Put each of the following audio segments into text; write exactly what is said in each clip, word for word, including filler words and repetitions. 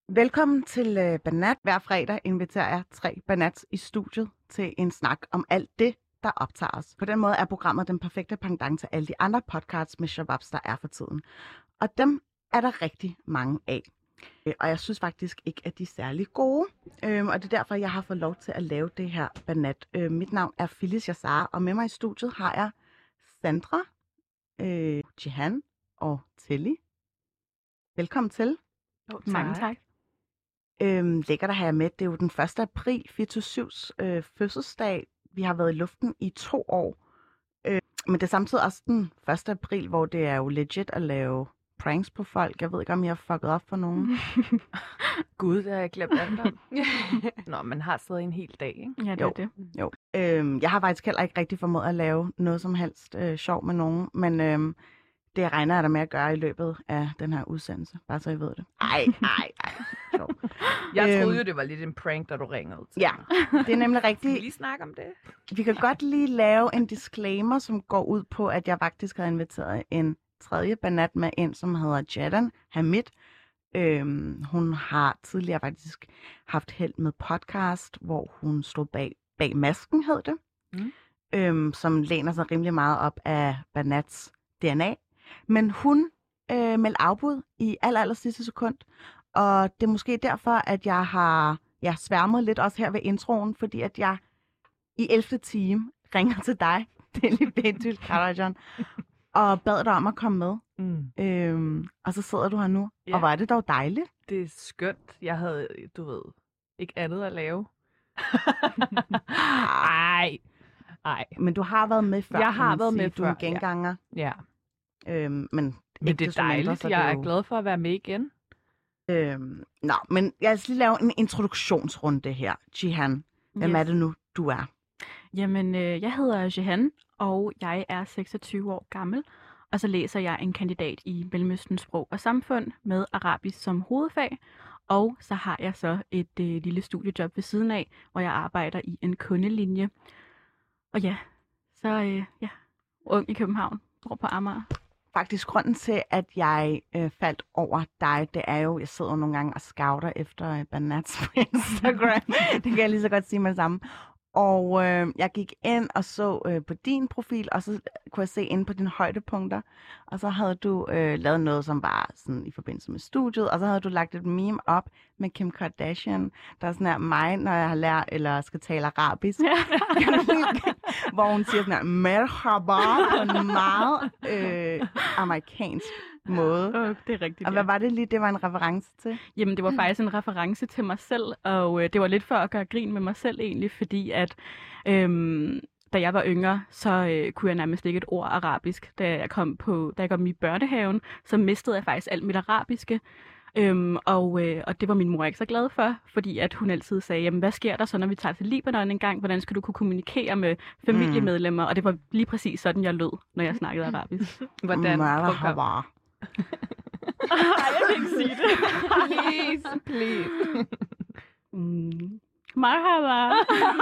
Velkommen til øh, Banat. Hver fredag inviterer jeg tre Banats i studiet til en snak om alt det, der optager os. På den måde er programmet den perfekte pendant til alle de andre podcasts med shababs, der er for tiden. Og dem er der rigtig mange af. Og jeg synes faktisk ikke, at de er særlig gode. Øhm, og det er derfor, jeg har fået lov til at lave det her Banat. Øh, mit navn er Phyllis Yassar, og med mig i studiet har jeg Sandra, øh, Jihan og Tilly. Velkommen til. Oh, Mange tak. Øhm, lækkert at have jer med. Det er jo den første april, fireogtyve syvs øh, fødselsdag. Vi har været i luften i to år. Øh, men det er samtidig også den første april, hvor det er jo legit at lave pranks på folk. Jeg ved ikke, om jeg har fucket op for nogen. Gud, det har jeg glemt alt om. Nå, man har stadig en hel dag, ikke? Ja, det jo, er det. Jo. Øhm, jeg har faktisk heller ikke rigtig formået at lave noget som helst øh, sjov med nogen, men øhm, det regner jeg da med at gøre i løbet af den her udsendelse. Bare så I ved det. Ej, ej, ej. Sjov. Jeg troede jo, det var lidt en prank, da du ringede til Ja, mig. det er nemlig rigtigt. Skal vi lige snakke om det? Vi kan godt lige lave en disclaimer, som går ud på, at jeg faktisk havde inviteret en tredje banat med ind, som hedder Jadan Hamid. Øhm, hun har tidligere faktisk haft held med podcast, hvor hun stod bag, bag masken, hed det. Mm. Øhm, som læner sig rimelig meget op af Banats D N A. Men hun øh, meldte afbud i aller, aller sidste sekund. Og det er måske derfor, at jeg har jeg sværmet lidt også her ved introen, fordi at jeg i ellevte time ringer til dig, Tilly Bentül Karacan, og bad dig om at komme med. Mm. Øhm, og så sidder du her nu. Ja. Og var det dog dejligt? Det er skønt. Jeg havde, du ved, ikke andet at lave. Ej. Ej. Men du har været med før. Jeg har været med du før. Du er en genganger. Ja. Øhm, men men det er dejligt. Mindre, jeg er jo... glad for at være med igen. Øhm, nå, men jeg skal lige lave en introduktionsrunde her. Jihan, hvem yes. er det nu, du er? Jamen, øh, jeg hedder Jihan, og jeg er seksogtyve år gammel. Og så læser jeg en kandidat i Mellemøstens sprog og samfund med arabisk som hovedfag. Og så har jeg så et øh, lille studiejob ved siden af, hvor jeg arbejder i en kundelinje. Og ja, så øh, ja, ung i København, bor på Amager. Faktisk grunden til, at jeg øh, faldt over dig, det er jo, jeg sidder nogle gange og scouter efter øh, Banats på Instagram. Det kan jeg lige så godt sige med det samme. Og øh, jeg gik ind og så øh, på din profil, og så kunne jeg se inde på dine højdepunkter. Og så havde du øh, lavet noget, som var sådan i forbindelse med studiet. Og så havde du lagt et meme op med Kim Kardashian, der er sådan her mig, når jeg har lært eller skal tale arabisk. Hvor hun siger sådan her, merhaba, på en meget øh, amerikansk måde. Oh, det er rigtigt. Og hvad var det lige, det var en reference til? Jamen, det var faktisk en reference til mig selv, og øh, det var lidt for at gøre grin med mig selv egentlig, fordi at øhm, da jeg var yngre, så øh, kunne jeg nærmest ikke et ord arabisk. Da jeg kom på, da jeg kom i børnehaven, så mistede jeg faktisk alt mit arabiske. Øhm, og, øh, og det var min mor ikke så glad for, fordi at hun altid sagde, jamen hvad sker der så, når vi tager til Libanon en gang? Hvordan skal du kunne kommunikere med familiemedlemmer? Mm. Og det var lige præcis sådan, jeg lød, når jeg snakkede arabisk. Hvordan? Marhaba. Ej, jeg kan ikke sige det. Please, please. Mm. Marhaba.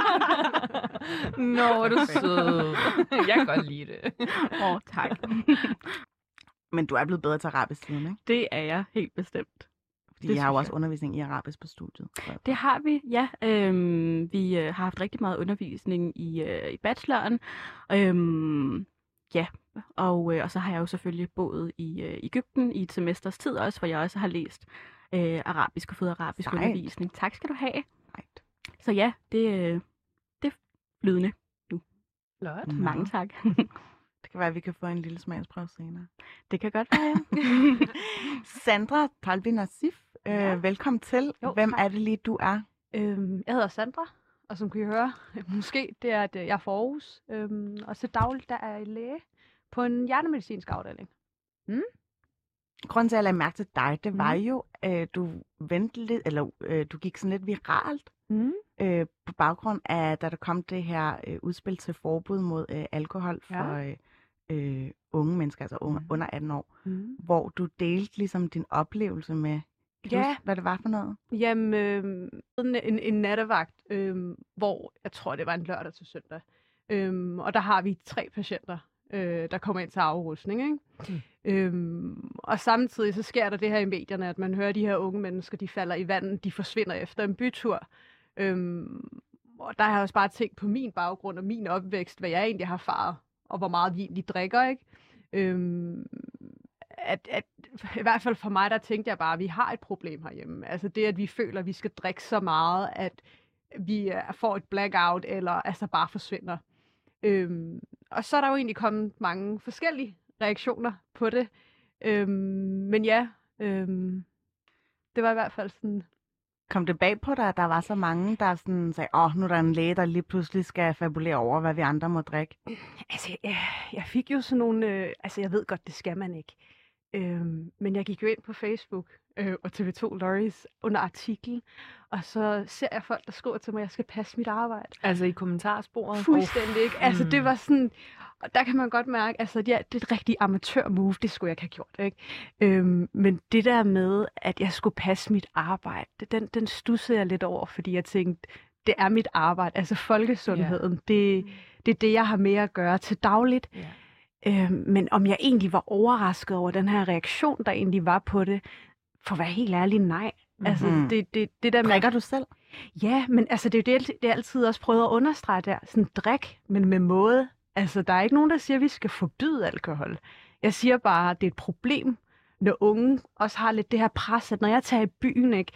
Nå, er du sød. Jeg kan godt lide det. Åh, oh, tak. Men du er blevet bedre til arabisk siden, ikke? Det er jeg helt bestemt. Fordi jeg har jo også undervisning i arabisk på studiet. Så. Det har vi, ja. Øhm, vi øh, har haft rigtig meget undervisning i, øh, i bacheloren. Øhm, ja, og, øh, og så har jeg jo selvfølgelig boet i øh, Egypten i et semesters tid også, hvor jeg også har læst øh, arabisk og fået arabisk Sejt. undervisning. Tak skal du have. Sejt. Så ja, det, øh, det er flydende nu. Flot. Mm. Mange tak. Det kan være, at vi kan få en lille smagsprøve senere. Det kan godt være. Sandra Talbi Nassif, øh, ja. velkommen til. Jo, Hvem tak. er det lige, du er? Øhm, jeg hedder Sandra, og som kan I høre, måske det er, at jeg er fra Aarhus. Øhm, og til dagligt, der er jeg læge på en hjertemedicinsk afdeling. Mm? Grunden til, at jeg lagde mærke til dig, det var mm. jo, øh, du vendte lidt, eller øh, du gik sådan lidt viralt. Mm. Øh, på baggrund af, da der kom det her øh, udspil til forbud mod øh, alkohol for ja. øh, øh, unge mennesker, altså unge, mm. under atten år, mm. hvor du delte ligesom din oplevelse med, kan ja. du, hvad det var for noget? Jamen, øh, en, en nattevagt, øh, hvor jeg tror, det var en lørdag til søndag, øh, og der har vi tre patienter, øh, der kommer ind til afrustning, ikke? Mm. Øhm, og samtidig så sker der det her i medierne, at man hører de her unge mennesker, de falder i vandet, de forsvinder efter en bytur. Øhm, og der har jeg også bare tænkt på min baggrund og min opvækst, hvad jeg egentlig har erfaret, og hvor meget vi egentlig drikker, ikke? Øhm, at, at, I hvert fald for mig, der tænkte jeg bare, at vi har et problem herhjemme. Altså det, at vi føler, at vi skal drikke så meget, at vi får et blackout, eller altså bare forsvinder. Øhm, og så er der jo egentlig kommet mange forskellige reaktioner på det. Øhm, men ja, øhm, det var i hvert fald sådan... Kom det bag på dig, at der var så mange, der sådan sagde, åh, nu er der en læge, der lige pludselig skal fabulere over, hvad vi andre må drikke? Altså, jeg, jeg fik jo sådan nogle... Øh, altså, jeg ved godt, det skal man ikke. Øhm, men jeg gik jo ind på Facebook øh, og T V to Lorries under artiklen, og så ser jeg folk, der skriver til mig, at jeg skal passe mit arbejde. Altså i kommentarsporet? Fuldstændig ikke. Altså, det var sådan... Og der kan man godt mærke, altså ja, det er et rigtig amatør-move, det skulle jeg ikke have gjort, ikke? Øhm, men det der med, at jeg skulle passe mit arbejde, det, den, den stussede jeg lidt over, fordi jeg tænkte, det er mit arbejde, altså folkesundheden, yeah. det, det er det, jeg har med at gøre til dagligt. Yeah. Øhm, men om jeg egentlig var overrasket over den her reaktion, der egentlig var på det, for at være helt ærlig, nej. Mm-hmm. Altså, det, det, det der med... Drikker du selv? Ja, men altså, det er jo det, det er altid også prøvet at understrege der. Sådan drik, men med måde. Altså, der er ikke nogen, der siger, at vi skal forbyde alkohol. Jeg siger bare, at det er et problem, når unge også har lidt det her pres, at når jeg tager i byen, ikke,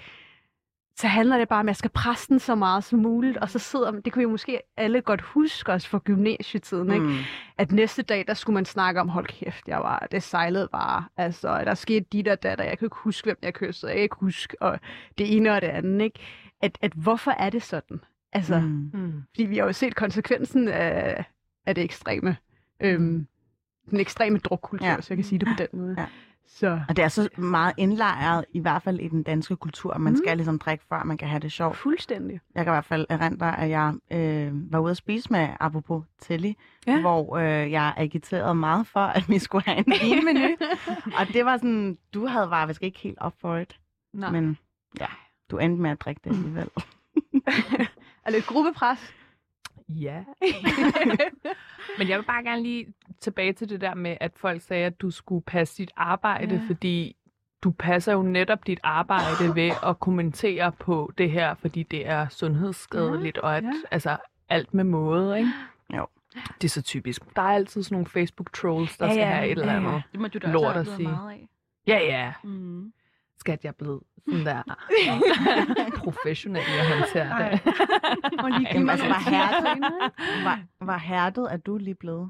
så handler det bare om, at jeg skal presse den så meget som muligt, og så sidder man, det kunne jo måske alle godt huske os fra gymnasietiden, ikke? Mm. At næste dag, der skulle man snakke om, hold kæft, jeg var, det sejlede bare, altså, der skete dit og datter, jeg kan ikke huske, hvem jeg kyssede, jeg kan ikke huske, og det ene og det andet, ikke? At, at hvorfor er det sådan? Altså, mm. fordi vi har jo set konsekvensen af, af det ekstreme, øhm, den ekstreme drukkultur, ja. Så jeg kan sige det på den måde. Ja. Så. Og det er så meget indlejret, i hvert fald i den danske kultur. Man mm. skal ligesom drikke, før man kan have det sjovt. Fuldstændig. Jeg kan i hvert fald erindre, at jeg øh, var ude at spise med, apropos Telly, ja. hvor øh, jeg agiterede meget for, at vi skulle have en vinmenu. Og det var sådan, du havde bare vist ikke helt op for det. Nej. Men ja, du endte med at drikke det alligevel. Er det et gruppepres? Ja. Men jeg vil bare gerne lige tilbage til det der med, at folk sagde, at du skulle passe dit arbejde, ja. Fordi du passer jo netop dit arbejde ved at kommentere på det her, fordi det er sundhedsskadeligt, ja. Og at, ja. Altså alt med måde, ikke? Jo. Det er så typisk. Der er altid sådan nogle Facebook-trolls, der ja, ja. Skal have et eller andet ja. Det må du da lort også at sige. Meget af. Ja, ja. Mm. Skat, jeg er blevet sådan der professionel i at håndtere det. Og lige Jamen, altså, var hærdet, var, var hærdet, at du lige blevet?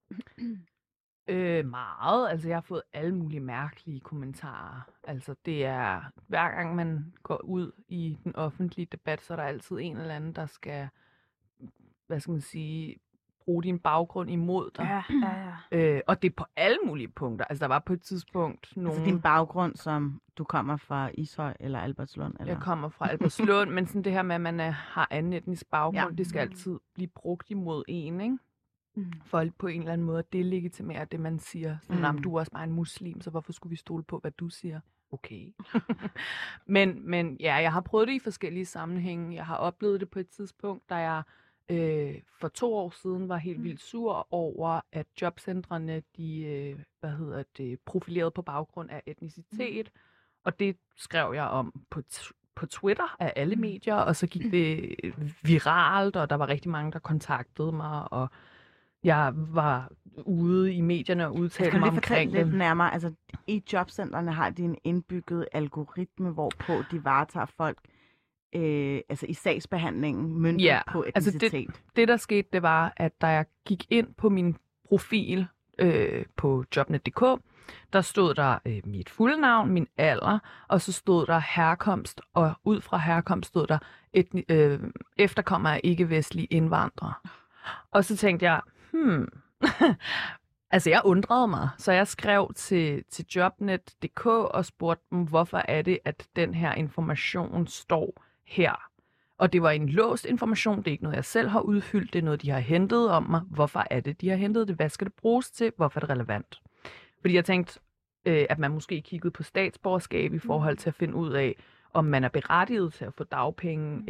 Øh, meget. Altså, jeg har fået alle mulige mærkelige kommentarer. Altså, det er, hver gang man går ud i den offentlige debat, så er der altid en eller anden, der skal, hvad skal man sige, bruge din baggrund imod dig. Ja, ja, ja. Øh, og det er på alle mulige punkter. Altså, der var på et tidspunkt nogle... Altså din baggrund, som du kommer fra Ishøj eller Albertslund? Eller? Jeg kommer fra Albertslund, men sådan det her med, at man er, har anden etnisk baggrund, ja. Det skal altid blive brugt imod en, ikke? Mm. For på en eller anden måde at delegitimere det, man siger. Sådan, mm. du er også bare en muslim, så hvorfor skulle vi stole på, hvad du siger? Okay. men, men ja, jeg har prøvet det i forskellige sammenhænge. Jeg har oplevet det på et tidspunkt, da jeg øh, for to år siden var helt vildt sur over, at jobcentrene, de, øh, hvad hedder det, profilerede på baggrund af etnicitet. Mm. Og det skrev jeg om på t- på Twitter af alle medier, og så gik det viralt, og der var rigtig mange, der kontaktede mig, og jeg var ude i medierne og udtalte mig omkring det. Lidt nærmere, altså i jobcentrene har de en indbygget algoritme, hvorpå de varetager folk øh, altså i sagsbehandlingen møntet ja, på etnicitet. Altså det, det, der skete, det var, at da jeg gik ind på min profil øh, på jobnet punktum d k, der stod der øh, mit fulde navn, min alder, og så stod der herkomst, og ud fra herkomst stod der etni, øh, efterkommer af ikke-vestlige indvandrere. Og så tænkte jeg, hmm, altså jeg undrede mig, så jeg skrev til, til jobnet punktum d k og spurgte dem, hvorfor er det, at den her information står her. Og det var en låst information, det er ikke noget, jeg selv har udfyldt, det er noget, de har hentet om mig. Hvorfor er det, de har hentet det? Hvad skal det bruges til? Hvorfor er det relevant? Fordi jeg tænkte, øh, at man måske kiggede på statsborgerskab i forhold til at finde ud af, om man er berettiget til at få dagpenge, eller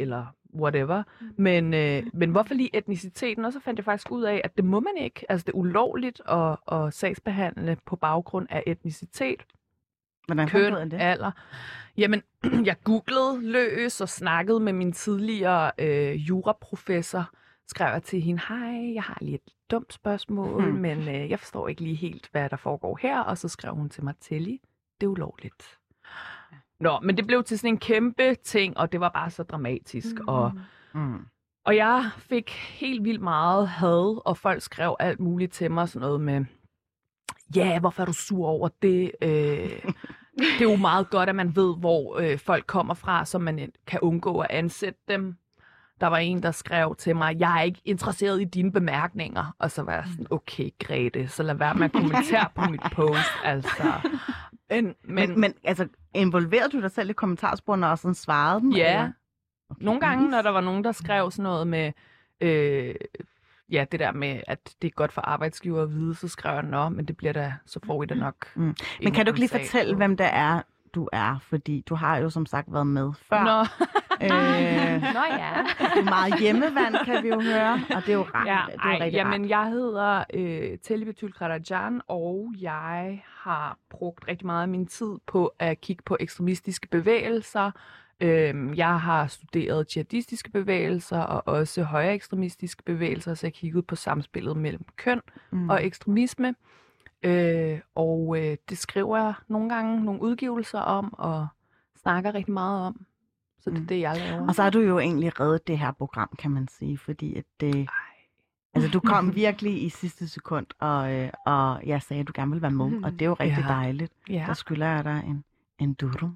whatever. Men, øh, men hvorfor lige etniciteten? Og så fandt jeg faktisk ud af, at det må man ikke. Altså det er ulovligt at, at sagsbehandle på baggrund af etnicitet. Hvordan køn, fandt du det? alder. Jamen, jeg googlede løs og snakkede med min tidligere øh, juraprofessor. Skrev jeg til hende, hej, jeg har lige et dumt spørgsmål, hmm. men øh, jeg forstår ikke lige helt, hvad der foregår her. Og så skrev hun til mig, Telly, det er ulovligt. Nå, men det blev til sådan en kæmpe ting, og det var bare så dramatisk. Mm. Og, mm. og jeg fik helt vildt meget had, og folk skrev alt muligt til mig, sådan noget med, ja, hvorfor er du sur over det? Øh, det er jo meget godt, at man ved, hvor øh, folk kommer fra, så man kan undgå at ansætte dem. Der var en, der skrev til mig, jeg er ikke interesseret i dine bemærkninger. Og så var jeg sådan, okay, Grete, så lad være med at kommentere på mit post. Altså. Men, men, men, men altså, involverede du dig selv i kommentarsporene og sådan svarede dem? Ja. Okay. Nogle gange, når der var nogen, der skrev sådan noget med, øh, ja, det der med, at det er godt for arbejdsgiver at vide, så skrev jeg, nå, men det bliver da, så får I da nok. Mm. Men kan du ikke lige fortælle, hvem det er, du er? Fordi du har jo som sagt været med før. Nå, øh, nå ja. Du er meget hjemmevand, kan vi jo høre, og det er jo ret. Ja, det er jo ej, jamen, jeg hedder øh, Telly Betül Karacan, og jeg har brugt rigtig meget af min tid på at kigge på ekstremistiske bevægelser. Øh, jeg har studeret jihadistiske bevægelser og også højere ekstremistiske bevægelser, så jeg kiggede på samspillet mellem køn mm. og ekstremisme. Øh, og øh, det skriver jeg nogle gange nogle udgivelser om, og snakker rigtig meget om. Så det er mm. det, jeg laver. Og så har du jo egentlig reddet det her program, kan man sige, fordi at det... Altså, du kom virkelig i sidste sekund, og, øh, og jeg sagde, at du gerne ville være med, mm. og det er jo rigtig ja. dejligt. Ja. Der skylder jeg dig en, en durum.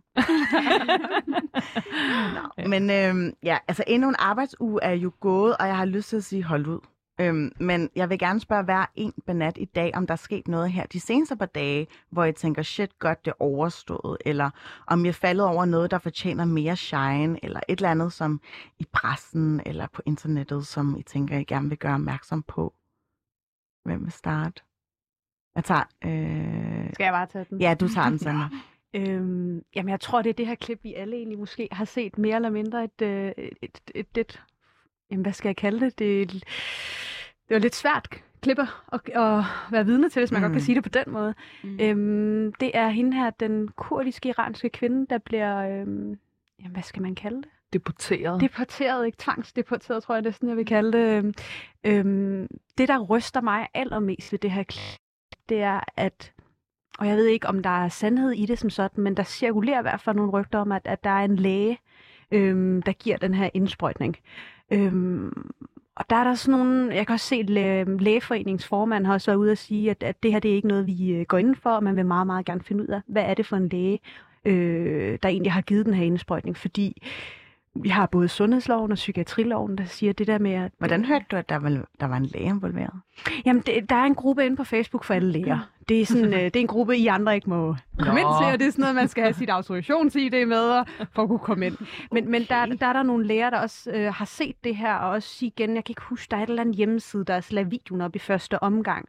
Nå, men øh, ja, altså endnu en arbejdsuge er jo gået, og jeg har lyst til at sige, hold ud. Øhm, men jeg vil gerne spørge hver en benat i dag, om der er sket noget her de seneste par dage, hvor jeg tænker, shit, godt det er overstået, eller om jeg er faldet over noget, der fortjener mere shine, eller et eller andet som i pressen eller på internettet, som I tænker, I gerne vil gøre opmærksom på. Hvem vil starte? Jeg tager... Øh... Skal jeg bare tage den? Ja, du tager den, Sandra. øhm, jamen, jeg tror, det er det her klip, vi alle egentlig måske har set mere eller mindre et... et, et, et, et Jamen, hvad skal jeg kalde det? Det, det var lidt svært klipper at, at være vidne til, hvis man mm. godt kan sige det på den måde. Mm. Øhm, det er hende her, den kurdiske iranske kvinde, der bliver, øhm, jamen, hvad skal man kalde det? Deporteret. Deporteret, ikke tvangsdeporteret, tror jeg, det er sådan, jeg vil kalde det. Øhm, det, der ryster mig allermest ved det her klip, det er, at, og jeg ved ikke, om der er sandhed i det som sådan, men der cirkulerer i hvert fald nogle rygter om, at, at der er en læge, øhm, der giver den her indsprøjtning. Øhm, og der er der sådan nogle, jeg kan også se, at læ- lægeforeningsformand har også været ude at sige, at, at det her det er ikke noget, vi går inden for, og man vil meget, meget gerne finde ud af, hvad er det for en læge, øh, der egentlig har givet den her indsprøjtning, fordi vi har både sundhedsloven og psykiatriloven, der siger det der med, at... Hvordan hørte du, at der var, der var en læge involveret? Jamen, det, der er en gruppe inde på Facebook for alle læger. Det er, sådan, øh, det er en gruppe, I andre ikke må komme ind til, og det er sådan noget, man skal have sit autorisation-I D med, for at kunne komme ind. Men, men der, der er der nogle læger, der også øh, har set det her, og også igen, jeg kan ikke huske, der er et eller andet hjemmeside, der har lagt videoen op i første omgang,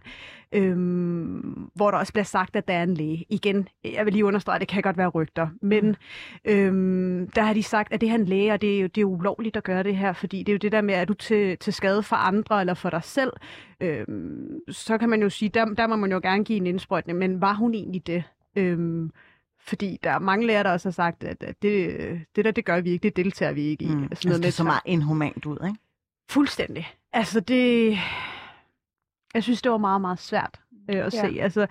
øhm, hvor der også bliver sagt, at der er en læge. Igen, jeg vil lige understrege, det kan godt være rygter, men øhm, der har de sagt, at det her er en læge, og det er jo, det er ulovligt at gøre det her, fordi det er jo det der med, at du til, til skade for andre eller for dig selv, øhm, så kan man jo sige, der, der må man jo gerne give en indsprøjtning, men var hun egentlig det? Øhm, fordi der er mange læger, der også har sagt, at, at det, det der, det gør vi ikke, det deltager vi ikke i. Mm. Altså, altså det er så meget inhumant ud, ikke? Fuldstændig. Altså det... Jeg synes, det var meget, meget svært øh, at ja. se. Altså,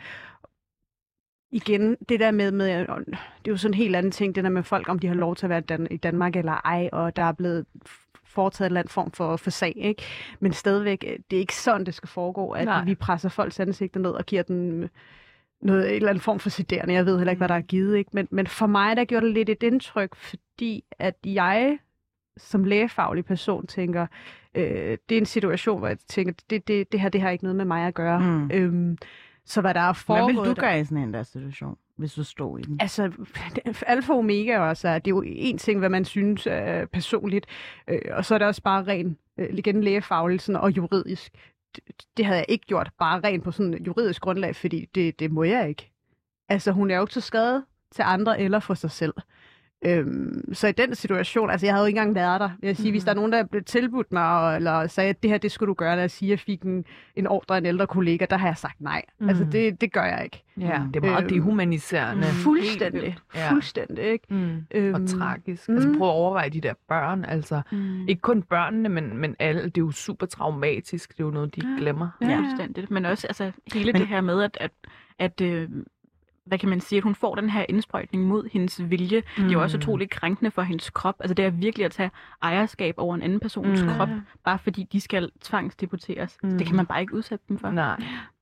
igen, det der med, med, det er jo sådan en helt anden ting, det der med folk, om de har lov til at være Dan- i Danmark eller ej, og der er blevet foretaget en eller anden form for, for sag, ikke? Men stadigvæk, det er ikke sådan, det skal foregå, at Nej. vi presser folks ansigter ned og giver den noget, en eller anden form for sederende. Jeg ved heller ikke, hvad der er givet, ikke? Men, men for mig, der gjorde det lidt et indtryk, fordi at jeg som lægefaglig person tænker, øh, det er en situation, hvor jeg tænker, det, det, det her det har ikke noget med mig at gøre. Mm. Øhm, så hvad der er foregået... Hvad vil du gøre i sådan en der situation, hvis du stod i den? Altså, alfa og omega også, det er jo en ting, hvad man synes er personligt, øh, og så er det også bare ren, øh, igen lægefagligt sådan, og juridisk. Det, det havde jeg ikke gjort, bare rent på sådan juridisk grundlag, fordi det, det må jeg ikke. Altså, hun er jo ikke til skade til andre eller for sig selv. Øhm, så i den situation, altså jeg havde jo ikke engang været der, vil jeg sige, mm. hvis der er nogen, der er blevet tilbudt mig, eller sagde, at det her, det skulle du gøre, lad os sige, at jeg fik en, en ordre af en ældre kollega, der har jeg sagt nej. Mm. Altså det, det gør jeg ikke. Ja, det er meget øhm, dehumaniserende. Mm. Fuldstændig, ja. fuldstændig, ikke? Mm. Øhm, og tragisk. Mm. Altså prøv at overveje de der børn, altså mm. ikke kun børnene, men, men alle, det er jo super traumatisk, det er jo noget, de ja. glemmer. Ja, ja. Fuldstændigt. Men også altså, hele men... det her med, at, at, at øh, hvad kan man sige, at hun får den her indsprøjtning mod hendes vilje. Mm. Det er jo også utroligt krænkende for hendes krop. Altså det er virkelig at tage ejerskab over en anden persons mm. krop, bare fordi de skal tvangsdeporteres. Mm. Det kan man bare ikke udsætte dem for. Nej.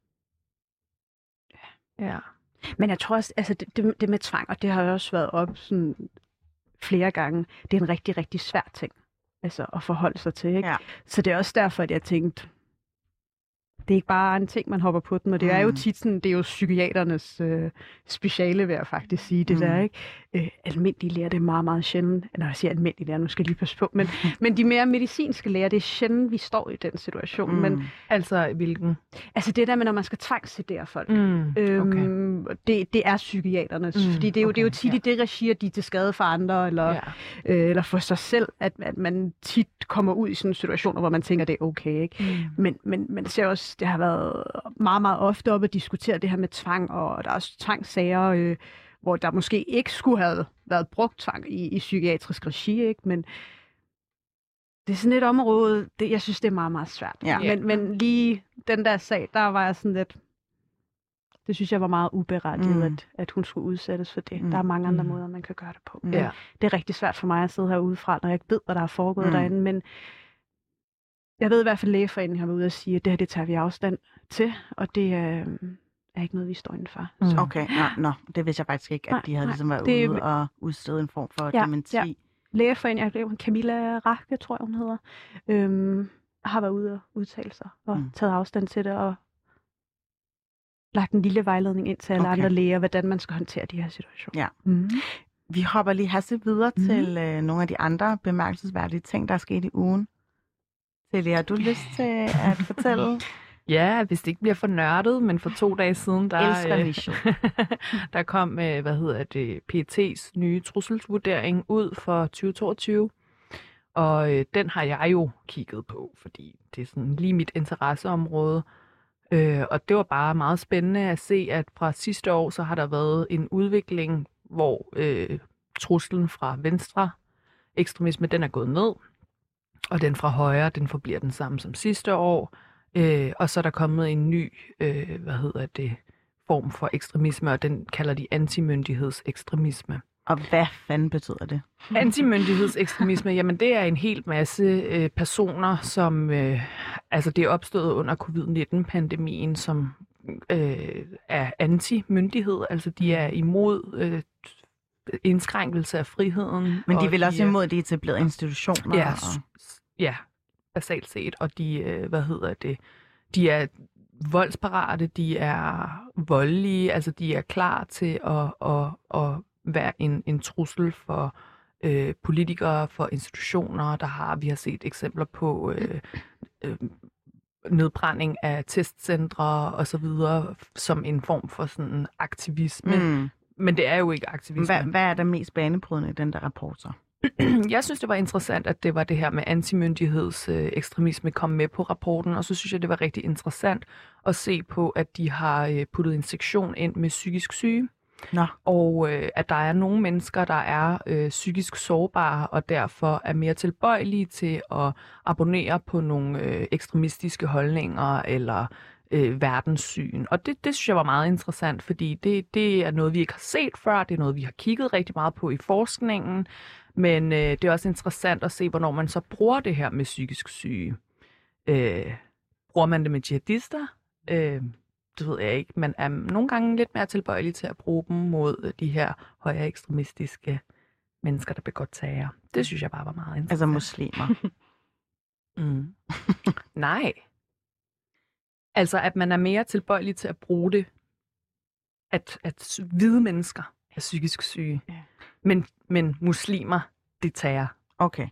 Ja. Men jeg tror også, altså det, det, det med tvang, og det har jo også været op sådan flere gange, det er en rigtig, rigtig svær ting altså at forholde sig til. Ikke? Ja. Så det er også derfor, at jeg tænkte, det er ikke bare en ting, man hopper på den, og det mm. er jo tit sådan, det er jo psykiaternes øh, speciale, vil jeg faktisk sige, det mm. der, ikke? Øh, almindelige læger, det er meget, meget sjældent. Når jeg siger almindelige læger, nu skal jeg lige passe på, men, men de mere medicinske læger, det er sjældent, vi står i den situation. Mm. Men, altså hvilken? Altså det der med, når man skal tvangssedere folk. Mm. Øhm, okay. det, det er psykiaternes, mm. fordi det er jo, okay. det er jo tit ja. i det regi, at de er til skade for andre, eller, ja. øh, eller for sig selv, at, at man tit kommer ud i sådan situationer, hvor man tænker, det er okay, ikke? Mm. Men, men, men det, også, det har været meget, meget ofte op at diskutere det her med tvang, og der er også tvangssager, øh, hvor der måske ikke skulle have været brugt tvang i, i psykiatrisk regi, ikke? Men det er sådan et område, det, jeg synes, det er meget, meget svært. Ja. Men, men lige den der sag, der var jeg sådan lidt, det synes jeg var meget uberettiget, mm. at, at hun skulle udsættes for det. Mm. Der er mange andre mm. måder, man kan gøre det på. Men ja. det er rigtig svært for mig at sidde herudefra, når jeg ikke ved, hvad der er foregået mm. derinde. Men jeg ved i hvert fald, at Lægeforeningen har været ude og sige, at det her, det tager vi afstand til, og det øh, er ikke noget, vi står indenfor. Mm. Så. Okay, nå, nå, det vidste jeg faktisk ikke, at nej, de havde ligesom været det, ude og udstede en form for ja, dementi. Ja. Lægeforeningen, Camilla Rakke, tror jeg, hun hedder, øhm, har været ude og udtale sig og mm. taget afstand til det, og lagt en lille vejledning ind til alle okay. andre læger, hvordan man skal håndtere de her situationer. Ja. Mm. Vi hopper lige hastigt videre mm. til øh, nogle af de andre bemærkelsesværdige ting, der er sket i ugen. Celia, har du lyst til at fortælle? Ja, hvis det ikke bliver for nørdet, men for to dage siden, der, øh, der kom, øh, hvad hedder det, P E T's nye trusselsvurdering ud for tyve toogtyve. Og øh, den har jeg jo kigget på, fordi det er sådan lige mit interesseområde. Øh, og det var bare meget spændende at se, at fra sidste år, så har der været en udvikling, hvor øh, truslen fra venstre ekstremisme, den er gået ned. Og den fra højre, den forbliver den samme som sidste år. Øh, og så er der kommet en ny, øh, hvad hedder det, form for ekstremisme, og den kalder de antimyndighedsekstremisme. Og hvad fanden betyder det? Antimyndighedsekstremisme, jamen det er en hel masse øh, personer, som, øh, altså det er opstået under covid nitten-pandemien, som øh, er anti-myndighed, altså de er imod øh, indskrænkelse af friheden. Men de vil også imod de etablerede institutioner? Ja, og... ja, basalt set, og de, øh, hvad hedder det, de er voldsparate, de er voldelige, altså de er klar til at, at, at være en, en trussel for øh, politikere, for institutioner, der har, vi har set eksempler på øh, øh, nedbrænding af testcentre og så videre, som en form for sådan aktivisme. Mm. Men det er jo ikke aktivisme. Hvad, hvad er der mest banebrydende i den der rapport så? Jeg synes, det var interessant, at det var det her med antimyndighedsekstremisme kom med på rapporten, og så synes jeg, det var rigtig interessant at se på, at de har puttet en sektion ind med psykisk syge, Nå. og øh, at der er nogle mennesker, der er øh, psykisk sårbare, og derfor er mere tilbøjelige til at abonnere på nogle øh, ekstremistiske holdninger eller øh, verdenssyn. Og det, det synes jeg var meget interessant, fordi det, det er noget, vi ikke har set før, det er noget, vi har kigget rigtig meget på i forskningen, men øh, det er også interessant at se, hvornår man så bruger det her med psykisk syge. Øh, bruger man det med jihadister? Øh, det ved jeg ikke. Man er nogle gange lidt mere tilbøjelig til at bruge dem mod de her højere ekstremistiske mennesker, der begår terror. Det synes jeg bare var meget interessant. Altså muslimer? mm. Nej. Altså, at man er mere tilbøjelig til at bruge det, at, at hvide mennesker er psykisk syge. Ja. Men, men muslimer, det tager. Okay.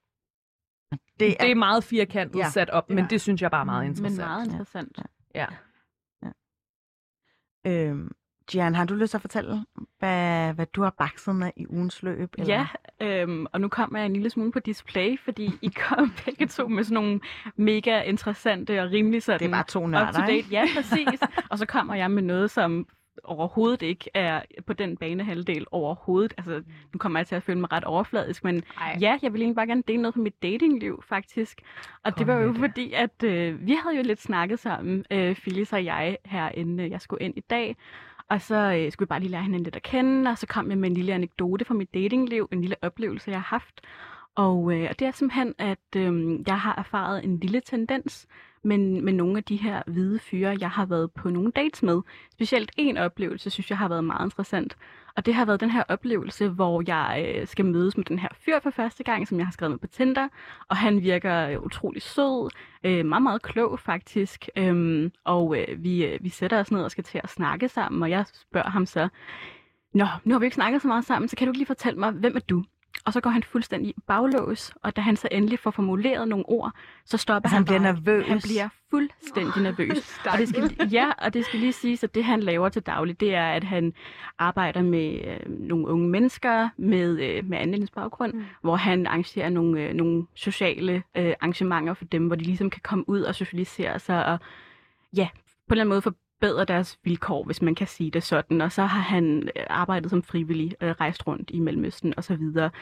Det er, det er meget firkantet ja. sat op, men ja. det synes jeg bare er meget interessant. Men meget interessant. Ja. ja. ja. Øhm, Jan, har du lyst til at fortælle, hvad, hvad du har bakset med i ugens løb? Eller? Ja, øhm, og nu kommer jeg en lille smule på display, fordi I kom begge to med sådan nogle mega interessante og rimelig sådan... Det er bare to nørder, ikke? Ja, præcis. Og så kommer jeg med noget, som overhovedet ikke er på den banehalvdel overhovedet. Altså, nu kommer jeg til at føle mig ret overfladisk, men Ej. ja, jeg vil egentlig bare gerne dele noget fra mit datingliv, faktisk. Og Kom det var jo det. fordi, at øh, vi havde jo lidt snakket sammen, øh, Phyllis og jeg, her inden øh, jeg skulle ind i dag. Og så øh, skulle vi bare lige lære hinanden lidt at kende, og så kom jeg med en lille anekdote fra mit datingliv, en lille oplevelse, jeg har haft. Og, øh, og det er simpelthen, at øh, jeg har erfaret en lille tendens med, med nogle af de her hvide fyre, jeg har været på nogle dates med. Specielt en oplevelse, synes jeg har været meget interessant. Og det har været den her oplevelse, hvor jeg øh, skal mødes med den her fyr for første gang, som jeg har skrevet med på Tinder. Og han virker øh, utrolig sød, øh, meget, meget klog faktisk. Øhm, og øh, vi, øh, vi sætter os ned og skal til at snakke sammen, og jeg spørger ham så, nå, nu har vi ikke snakket så meget sammen, så kan du ikke lige fortælle mig, hvem er du? Og så går han fuldstændig baglås, og da han så endelig får formuleret nogle ord, så stopper altså, han, han bliver bare. nervøs. Han bliver fuldstændig nervøs. og det skal, ja, og det skal lige siges, at det han laver til daglig, det er, at han arbejder med øh, nogle unge mennesker med, øh, med anlægningsbaggrund, mm. hvor han arrangerer nogle, øh, nogle sociale øh, arrangementer for dem, hvor de ligesom kan komme ud og socialisere sig, og ja, på en eller anden måde forbedre deres vilkår, hvis man kan sige det sådan. Og så har han arbejdet som frivillig, øh, rejst rundt i Mellemøsten og så videre.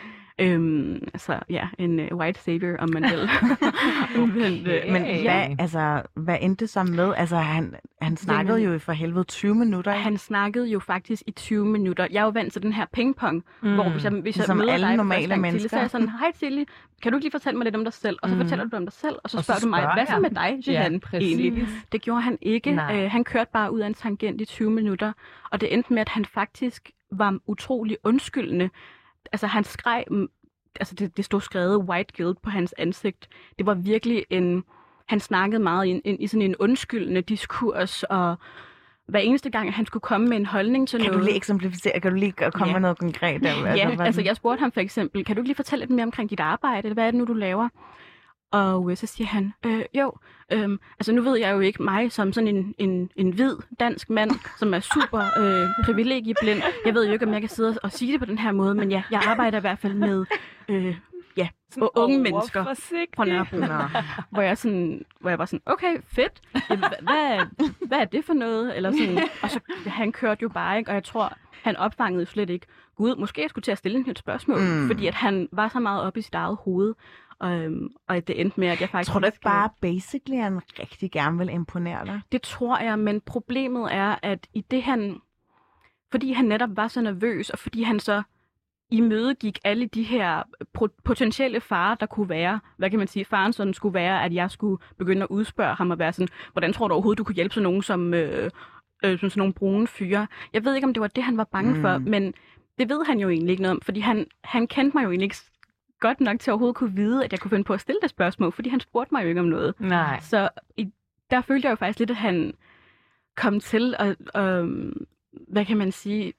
Øhm, så ja, en uh, white savior, om man vil. okay. Men, men hvad, altså, hvad endte det så med? Altså, han, han snakkede Jamen, jo for helvede tyve minutter. Ikke? Han snakkede jo faktisk i tyve minutter. Jeg er jo vant til den her pingpong, mm. hvor hvis jeg, hvis jeg som møder alle dig normale gang, mennesker. Tilly, så er jeg sådan, hej Tilly, kan du ikke lige fortælle mig lidt om dig selv? Og så mm. fortæller du om dig selv, og så og spørger så du mig, hvad så med dig, Jehan, ja, egentlig? Det gjorde han ikke. Uh, han kørte bare ud af en tangent i tyve minutter, og det endte med, at han faktisk var utrolig undskyldende. Altså, han skreg, altså det, det stod skrevet white guilt på hans ansigt. Det var virkelig en, han snakkede meget i, en, i sådan en undskyldende diskurs, og hver eneste gang, han skulle komme med en holdning til kan noget... Kan du lige eksemplificere? Kan du lige komme ja. med noget konkret? Der, ja, altså, altså jeg spurgte ham for eksempel, kan du ikke lige fortælle lidt mere omkring dit arbejde? Hvad er det nu, du laver? Og øh, så siger han, øh, jo, øh, altså nu ved jeg jo ikke mig som sådan en, en, en hvid dansk mand, som er super øh, privilegieblind. Jeg ved jo ikke, om jeg kan sidde og sige det på den her måde, men ja, jeg arbejder i hvert fald med øh, ja, og unge mennesker på Nørrebro. Hvor jeg, sådan, hvor jeg var sådan, okay, fedt. Jamen, hvad, hvad er det for noget? Eller sådan, og så han kørte jo bare, ikke? Og jeg tror, han opfangede slet ikke, gud, måske jeg skulle til at stille et spørgsmål, mm. fordi at han var så meget oppe i sit eget hoved. Um, og det endte med, at jeg faktisk... Tror du ikke bare, basically, han rigtig gerne vil imponere dig? Det tror jeg, men problemet er, at i det han... Fordi han netop var så nervøs, og fordi han så imødegik alle de her potentielle farer, der kunne være. Hvad kan man sige? Faren sådan skulle være, at jeg skulle begynde at udspørge ham og være sådan, hvordan tror du overhovedet, du kunne hjælpe sådan nogen som, øh, øh, som sådan nogle brune fyre? Jeg ved ikke, om det var det, han var bange mm. for, men det ved han jo egentlig ikke noget om, fordi han, han kendte mig jo egentlig ikke godt nok til overhovedet kunne vide, at jeg kunne finde på at stille det spørgsmål, fordi han spurgte mig jo ikke om noget. Nej. Så i, der følte jeg jo faktisk lidt, at han kom til at, øh, hvad kan man sige,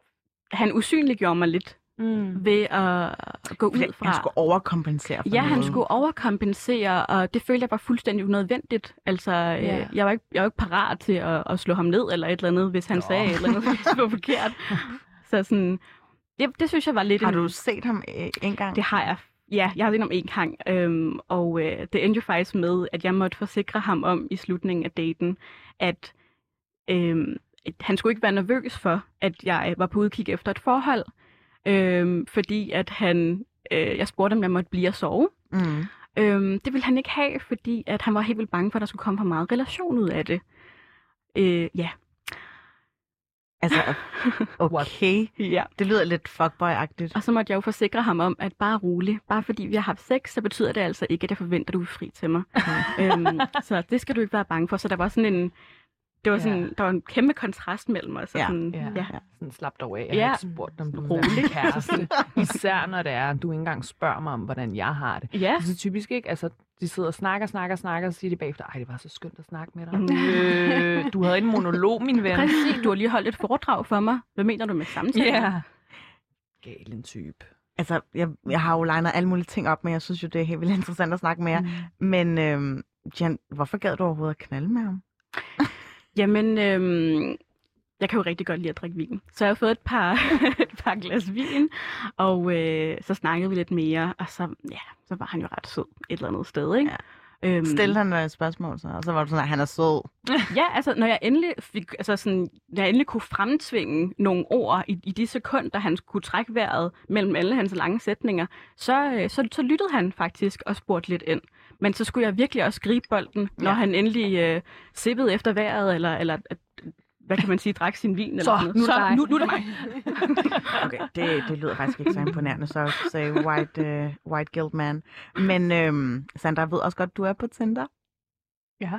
han usynliggjorde mig lidt mm. ved at gå ud fra... Han skulle overkompensere for Ja, noget. han skulle overkompensere, og det følte jeg var fuldstændig unødvendigt. Altså, yeah. øh, jeg, var ikke, jeg var ikke parat til at, at slå ham ned eller et eller andet, hvis han jo. sagde et eller andet, som var forkert. Så sådan... Det, det synes jeg var lidt... Har en... du set ham en gang? Det har jeg. Ja, jeg har set ham en gang. Øhm, og øh, det endte jo faktisk med, at jeg måtte forsikre ham om i slutningen af daten, at øhm, han skulle ikke være nervøs for, at jeg var på udkig efter et forhold. Øhm, fordi at han... Øh, jeg spurgte, om jeg måtte blive og sove. Mm. Øhm, det ville han ikke have, fordi at han var helt vildt bange for, at der skulle komme for meget relation ud af det. Øh, ja. Altså, okay. ja. Det lyder lidt fuckboy-agtigt. Og så måtte jeg jo forsikre ham om, at bare rolig. Bare fordi vi har haft sex, så betyder det altså ikke, at jeg forventer, at du er fri til mig. øhm, så det skal du ikke være bange for. Så der var sådan en... Det var sådan, ja. der var en kæmpe kontrast mellem os. Ja, sådan, ja. ja. Sådan slap dog af. Jeg ja. har ikke spurgt, om du vil være min kæreste. Især når det er, at du ikke engang spørger mig om, hvordan jeg har det. Ja. Det er typisk ikke. Altså, de sidder og snakker, snakker, snakker, og siger de bagefter, ej, det var så skønt at snakke med dig. øh, du havde en monolog, min ven. Præcis, du har lige holdt et foredrag for mig. Hvad mener du med samtale? Ja. Yeah. Gal en type. Altså, jeg, jeg har jo legnet alle mulige ting op, men jeg synes jo, det er helt vildt interessant at snakke med jer. Mm. Men, øhm, Jan, hvorfor gad du overhovedet at knalde med ham? Jamen, øhm, jeg kan jo rigtig godt lide at drikke vin. Så jeg har fået et par, et par glas vin, og øh, så snakkede vi lidt mere, og så, ja, så var han jo ret sød et eller andet sted, ikke? Ja. Øhm, Stille han et spørgsmål så, og så var du sådan, at han er sød. Ja, altså når jeg endelig fik, altså sådan, når jeg endelig kunne fremtvinge nogle ord i, i de sekunder, han kunne trække vejret mellem alle hans lange sætninger, så, så, så lyttede han faktisk og spurgte lidt ind. Men så skulle jeg virkelig også gribe bolden, når ja. han endelig øh, sippede efter vejret, eller, eller at, hvad kan man sige, drak sin vin eller så, noget. Nu, så nu, nu er det mig. Okay, det, det lyder faktisk ikke så imponerende, så sagde white, uh, white guilt man. Men øhm, Sandra, jeg ved også godt, du er på Tinder. Ja.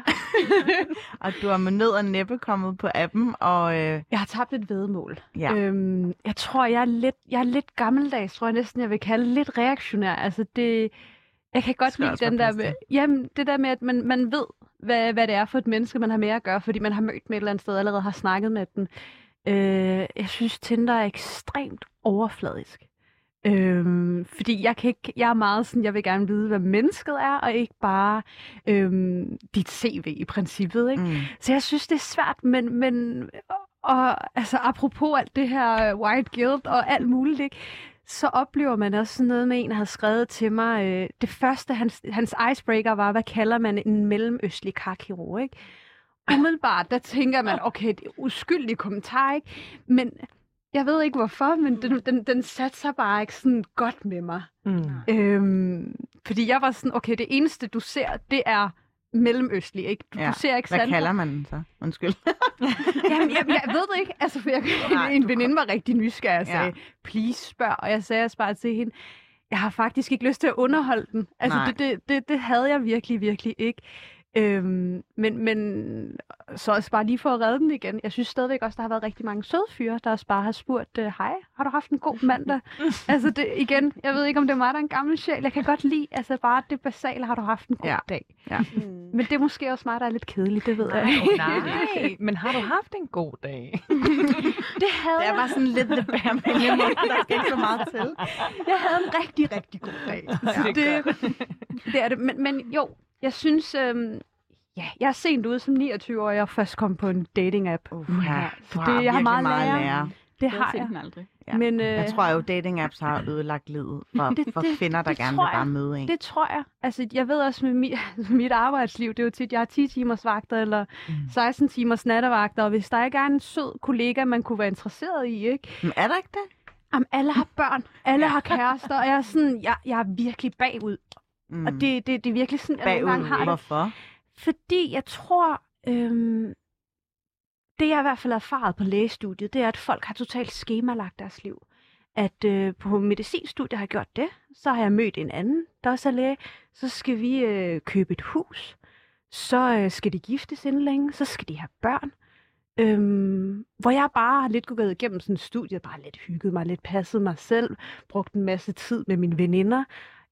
Og du er med nød og næppe kommet på appen, og... Øh... Jeg har tabt et væddemål. Ja. Øhm, jeg tror, jeg er, lidt, jeg er lidt gammeldags, tror jeg næsten, jeg vil kalde lidt reaktionær. Altså det... Jeg kan godt lide den der med... Jamen, det der med, at man, man ved, hvad, hvad det er for et menneske, man har med at gøre, fordi man har mødt med et eller andet sted, og allerede har snakket med den. Øh, jeg synes, Tinder er ekstremt overfladisk. Øhm, fordi jeg kan ikke, jeg er meget sådan, jeg vil gerne vide, hvad mennesket er, og ikke bare øhm, dit C V i princippet, ikke? Mm. Så jeg synes, det er svært, men, men og, altså, apropos alt det her white guilt og alt muligt, ikke? Så oplever man også sådan noget med en, der havde skrevet til mig, øh, det første, hans, hans icebreaker var, hvad kalder man en mellemøstlig karkirurg, ikke? Umiddelbart, der tænker man, okay, det er uskyldig kommentar, ikke? Men jeg ved ikke hvorfor, men den, den, den satte sig bare ikke sådan godt med mig. Mm. Øhm, fordi jeg var sådan, okay, det eneste du ser, det er mellemøstlig, ikke? Du, ja. du ser ikke Hvad Sandra. kalder man den så? Undskyld. Jamen, jeg, jeg ved det ikke. Altså, for jeg, Nej, en veninde var rigtig nysgerrig og sagde, ja. please spørg. Og jeg sagde bare til hende, jeg har faktisk ikke lyst til at underholde den. Altså, det, det, det, det havde jeg virkelig, virkelig ikke. Øhm, men, men så også bare lige for at redde den igen. Jeg synes stadigvæk også, der har været rigtig mange søde fyre, der også bare har spurgt, hej, har du haft en god mandag? Altså det, igen, jeg ved ikke, om det er mig, der er en gammel sjæl. Jeg kan godt lide, altså bare det basale, har du haft en god ja. dag? Ja. Mm. Men det er måske også mig, der er lidt kedeligt, det ved nej, jeg ikke. Nej, men har du haft en god dag? Det havde Det jeg. var sådan lidt the bare minimum, der skal ikke så meget til. Jeg havde en rigtig, rigtig god dag. Ja, det, det, det er det, men, men jo, jeg synes... Øhm, Ja, jeg er sent ude som niogtyve-årig og først kom på en dating-app. Uh, ja. Så det, jeg har meget, meget lære. lære. Det, det har jeg. aldrig. Ja. Men, øh, jeg tror jo, dating-apps har ødelagt livet for, det, for det, kvinder, der det gerne vil bare møde en. Det tror jeg. Altså, jeg ved også med mit, mit arbejdsliv, det er jo tit, jeg har ti timers vagter eller mm. seksten timers nattevagter, og hvis der ikke er en sød kollega, man kunne være interesseret i, ikke? Men er der ikke det? Jamen, alle har børn, alle har kærester, og jeg er sådan, jeg, jeg er virkelig bagud. Mm. Og det, det, det er virkelig sådan, at nogle gange har hvorfor? Det. Fordi jeg tror, øhm, det jeg i hvert fald har erfaret på lægestudiet, det er, at folk har totalt skemalagt deres liv. At øh, på medicinstudiet har jeg gjort det, så har jeg mødt en anden, der også er læge, så skal vi øh, købe et hus, så øh, skal de giftes inden længe, så skal de have børn. Øhm, hvor jeg bare har lidt gået igennem sådan et studie, bare lidt hygget mig, lidt passet mig selv, brugt en masse tid med mine veninder.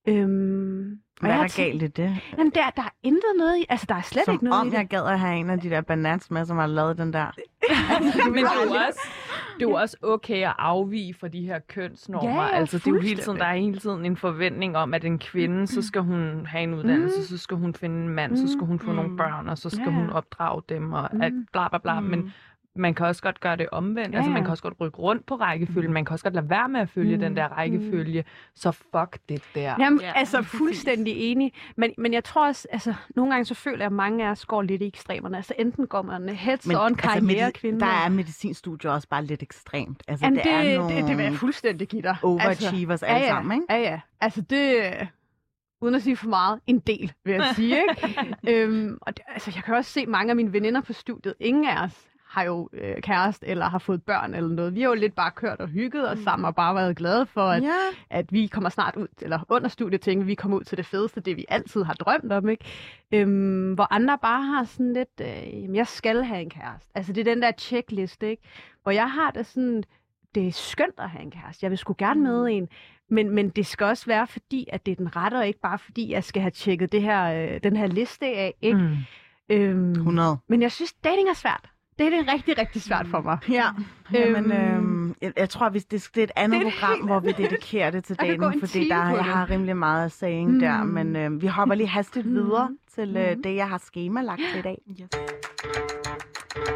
Øhm, Hvad er der galt i det? Jamen, der, der er intet noget i, altså der er slet som ikke noget om i det. jeg gad at have en af de der banats med, som har lavet den der. Altså, men det er jo også, det er jo også okay at afvige fra de her kønsnormer. Ja, altså, det er jo hele tiden, der er hele tiden en forventning om, at en kvinde, så skal hun have en uddannelse, mm. så skal hun finde en mand, mm. så skal hun få mm. nogle børn, og så skal ja. hun opdrage dem, og mm. alt bla bla bla. Mm. Men man kan også godt gøre det omvendt. Ja. Altså, man kan også godt rykke rundt på rækkefølgen. Man kan også godt lade være med at følge mm. den der rækkefølge. Så fuck det der. Jamen, ja, altså fuldstændig enig. Men, men jeg tror også, altså, nogle gange så føler jeg, at mange af os går lidt i ekstremerne. Altså, enten går man heads on karrierekvinde. Der er medicinstudier også bare lidt ekstremt. Altså, Jamen, det, det, er nogle det, det vil jeg fuldstændig give dig. Overachievers altså, alle ja, ja, sammen, ikke? Ja, ja. Altså, det... Uden at sige for meget, en del, vil jeg sige, ikke? øhm, og det, altså, jeg kan også se mange af mine veninder på studiet. Ingen af os har jo øh, kæreste eller har fået børn eller noget. Vi har jo lidt bare kørt og hygget os sammen og bare været glade for, at, ja. at vi kommer snart ud, eller under studiet tænker vi kommer ud til det fedeste, det vi altid har drømt om, ikke? Øhm, hvor andre bare har sådan lidt, øh, jamen, jeg skal have en kæreste. Altså det er den der checkliste, ikke? Hvor jeg har det sådan, det er skønt at have en kæreste. Jeg vil sgu gerne med en. Men, men det skal også være fordi, at det er den rette, og ikke bare fordi, jeg skal have tjekket det her, øh, den her liste af, ikke? Mm. Øhm, hundrede. Men jeg synes, dating er svært. Det er det rigtig, rigtig svært for mig. Ja, Jamen, øhm, jeg, jeg tror, hvis det, det er et andet det er program, hvor vi dedikerer det til dating, fordi der, jeg har rimelig meget saying mm. der, men øh, vi hopper lige hastigt mm. videre til øh, det, jeg har skemalagt til i dag. Yes.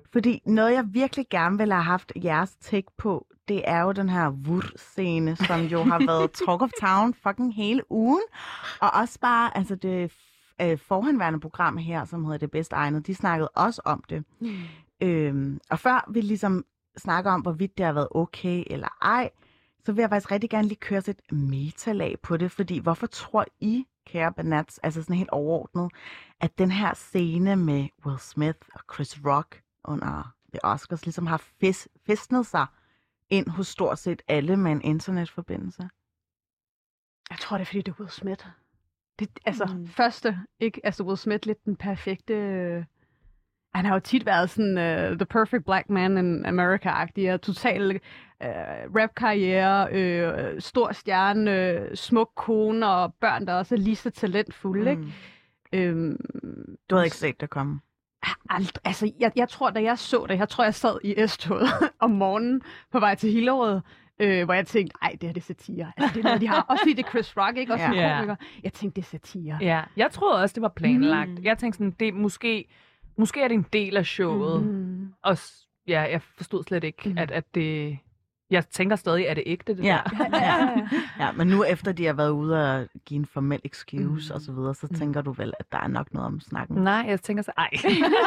Fordi noget, jeg virkelig gerne ville have haft jeres take på, det er jo den her Vur-scene, som jo har været Talk of Town fucking hele ugen. Og også bare, altså det øh, forhenværende program her, som hedder Det Bedste Egnet, de snakkede også om det. Mm. Øhm, og før vi ligesom snakker om, hvorvidt det har været okay eller ej, så vil jeg faktisk rigtig gerne lige køre et metalag på det, fordi hvorfor tror I, kære Banats, altså sådan helt overordnet, at den her scene med Will Smith og Chris Rock under The Oscars ligesom har fis- festnet sig ind hos stort set alle med en internetforbindelse? Jeg tror, det er, fordi det er Will Smith. Det, altså, mm. første, ikke? Altså, Will Smith lidt den perfekte... Øh... Han har jo tit været sådan uh, the perfect black man in America-agtig, og total uh, rap-karriere, uh, stor stjerne, uh, smuk kone og børn, der også er lige så talentfulde, mm. ikke? Um, du havde ikke set det komme? Aldrig. Altså, jeg, jeg tror, da jeg så det, jeg tror, jeg sad i S-toget om morgenen på vej til Hillerød, øh, hvor jeg tænkte, ej, det her det er satire. Altså, det er noget, de har. Også fordi det er Chris Rock, ikke? Også ja. en komiker. Jeg tænkte, det er satire. Ja, jeg troede også, det var planlagt. Mm. Jeg tænkte sådan, det måske, måske er det en del af showet. Mm. Og ja, jeg forstod slet ikke, mm. at, at det... Jeg tænker stadig, er det ægte, det ja. der? ja, ja. ja, men nu efter de har været ude og give en formel excuse mm. og så videre, så tænker du vel, at der er nok noget om snakken? Nej, jeg tænker så, ej.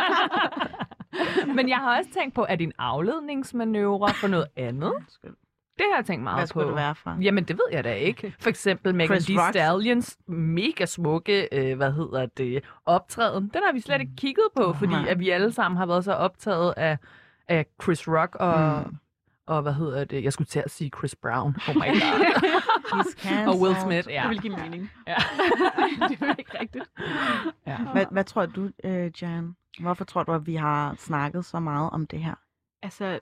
Men jeg har også tænkt på, at det en afledningsmanøvre for noget andet? Det har jeg tænkt meget på. Hvad skulle det være fra? Jamen, det ved jeg da ikke. For eksempel Megan Thee Stallions mega smukke, øh, hvad hedder det, optræden. Den har vi slet ikke kigget på, oh, fordi at vi alle sammen har været så optaget af, af Chris Rock og... Mm. Og hvad hedder det? Jeg skulle til at sige Chris Brown. Oh my god. Og Will Smith, ja. Det vil give mening. Ja. Det er ikke rigtigt. Ja. Hvad, hvad tror du, uh, Jan? Hvorfor tror du, at vi har snakket så meget om det her? Altså,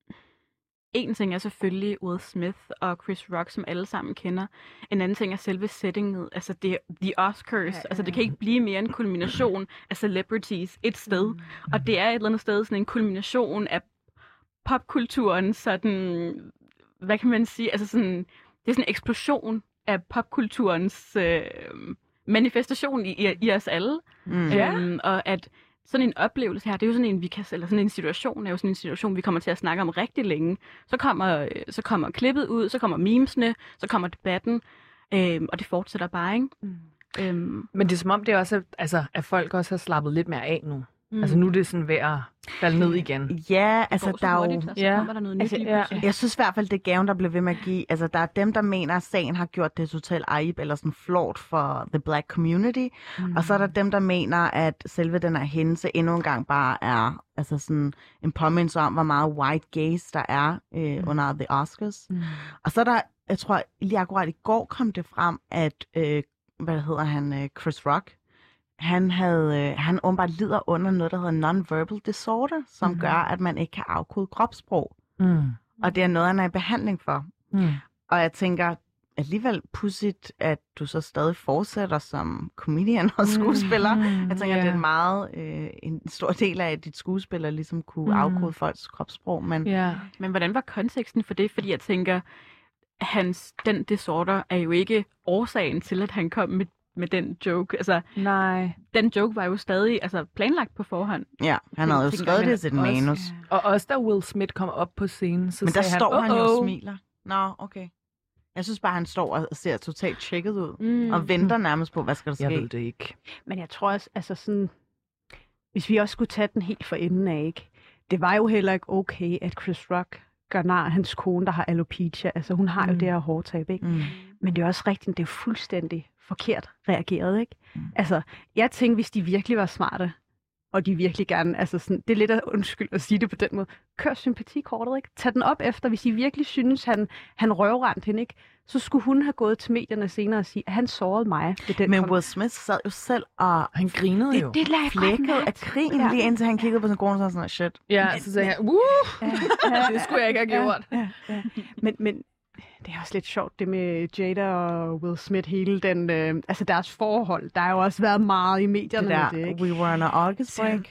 en ting er selvfølgelig Will Smith og Chris Rock, som alle sammen kender. En anden ting er selve settinget. Altså, det er The Oscars. Ja, ja. Altså, det kan ikke blive mere en kulmination af celebrities et sted. Mm. Og det er et eller andet sted sådan en kulmination af popkulturen, sådan, hvad kan man sige, altså sådan, det er sådan en eksplosion af popkulturens øh, manifestation i, i, i os alle. Mm. Øhm, og at sådan en oplevelse her, det er jo sådan en, vi kan, eller sådan en situation, er jo sådan en situation, vi kommer til at snakke om rigtig længe. Så kommer, så kommer klippet ud, så kommer memesene, så kommer debatten, øhm, og det fortsætter bare, ikke? Mm. Øhm. Men det er som om, det også er, altså, at folk også har slappet lidt mere af nu. Mm. Altså nu er det sådan ved at falde ned igen. Ja, altså der er jo... Så ja. kommer der noget nyt altså, ja. Jeg synes i hvert fald, det er gaven, der bliver ved med at give... Altså der er dem, der mener, at sagen har gjort det totalt aib eller sådan flot for the black community. Mm. Og så er der dem, der mener, at selve den her hændelse endnu en gang bare er altså sådan en påmindelse om, hvor meget white gaze der er øh, mm. under the Oscars. Mm. Og så er der, jeg tror lige akkurat i går kom det frem, at, øh, hvad hedder han, øh, Chris Rock, Han, havde, han åbenbart lider under noget, der hedder non-verbal disorder, som mm-hmm. gør, at man ikke kan afkode kropssprog. Mm. Og det er noget, han er i behandling for. Mm. Og jeg tænker alligevel pudsigt, at du så stadig fortsætter som comedian og skuespiller. Mm. Jeg tænker, yeah. det er en meget øh, en stor del af, at dit skuespiller ligesom kunne mm. afkode folks kropssprog. Men, yeah. men hvordan var konteksten for det? Fordi jeg tænker, hans, den disorder er jo ikke årsagen til, at han kom med med den joke. Altså, nej. Den joke var jo stadig altså, planlagt på forhånd. Ja, han havde jo skrevet det i sit manus. Og også da Will Smith kom op på scenen, så men der sagde står han, han jo og smiler. Nå, okay. Jeg synes bare, han står og ser totalt tjekket ud. Mm. Og venter nærmest på, hvad skal der ske. Jeg ved det ikke. Men jeg tror også, altså sådan... Hvis vi også skulle tage den helt for enden af, ikke? Det var jo heller ikke okay, at Chris Rock gør nar hans kone, der har alopecia. Altså, hun har mm. jo det her hårtab, ikke? Mm. Men det er også rigtigt, det er fuldstændig forkert reageret, ikke? Mm. Altså, jeg tænkte, hvis de virkelig var smarte, og de virkelig gerne, altså sådan, det er lidt af undskyld at sige det på den måde, kør sympatikortet, ikke? Tag den op efter, hvis I virkelig synes, han, han røvrendte hende, ikke? Så skulle hun have gået til medierne senere og sige, at han sårede mig. Den men kom. Will Smith sad jo selv, og han grinede det, jo. Det lader flækket af grin, ja. Lige indtil han kiggede på sin kone og sådan noget, shit. Ja, så sagde han, uh, ja, ja, det skulle jeg ikke have gjort. Ja, ja, ja. Men, men det er også lidt sjovt, det med Jada og Will Smith, hele den, øh, altså deres forhold. Der har jo også været meget i medierne det der, med det, ikke? We were on an August break.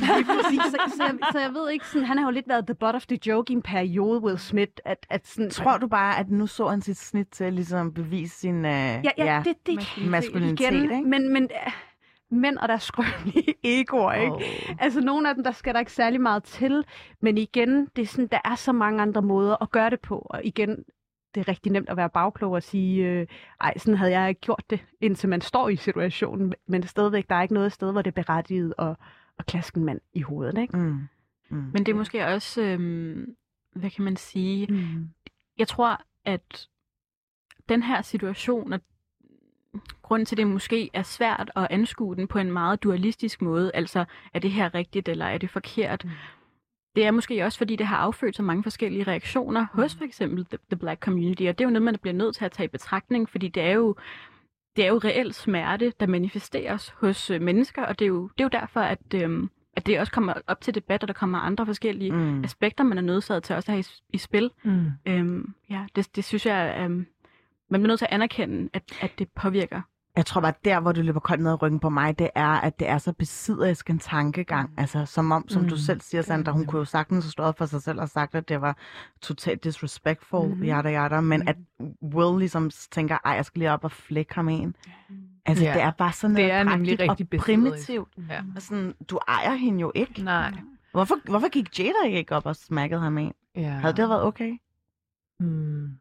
så, så, jeg, så jeg ved ikke, sådan, han har jo lidt været the butt of the joke i en periode, Will Smith. At, at sådan, tror du bare, at nu så han sit snit til at ligesom bevise sin uh, ja, ja, ja, det, det, maskulinitet, igen, ikke? Men, men mænd og deres skrøbelige egoer, ikke? Oh. Altså nogle af dem, der skal der ikke særlig meget til, men igen, det er sådan, der er så mange andre måder at gøre det på, og igen, det er rigtig nemt at være bagklog og sige, øh, ej, sådan havde jeg ikke gjort det, indtil man står i situationen, men stadigvæk, der er ikke noget sted, hvor det er berettiget at, at klaske en mand i hovedet, ikke? Mm. Mm. Men det er måske også, øhm, hvad kan man sige, mm. jeg tror, at den her situation, og grunden til, at det måske er svært at anskue den på en meget dualistisk måde, altså er det her rigtigt, eller er det forkert, mm. det er måske også, fordi det har affødt så mange forskellige reaktioner mm. hos for eksempel the, the black community, og det er jo noget, man bliver nødt til at tage i betragtning, fordi det er jo, det er jo reelt smerte, der manifesteres hos øh, mennesker, og det er jo, det er jo derfor, at, øhm, at det også kommer op til debat, og der kommer andre forskellige mm. aspekter, man er nødsaget til også at have i, i spil. Mm. Øhm, ja, det, det synes jeg, øhm, man bliver nødt til at anerkende, at, at det påvirker. Jeg tror bare, der, hvor du løber koldt ned i ryggen på mig, det er, at det er så besidderisk en tankegang. Altså, som om, som mm. du selv siger, Sandra, hun kunne jo sagtens have stået for sig selv og sagt, at det var totalt disrespectful, mm. yada yada, men at Will ligesom tænker, ej, jeg skal lige op og flække ham en. Altså, ja. Det er bare sådan noget prægtigt og primitivt. Ja. Og sådan, du ejer hende jo ikke. Nej. Hvorfor, hvorfor gik Jada ikke op og smækkede ham en? Ja. Havde det været okay? Mm.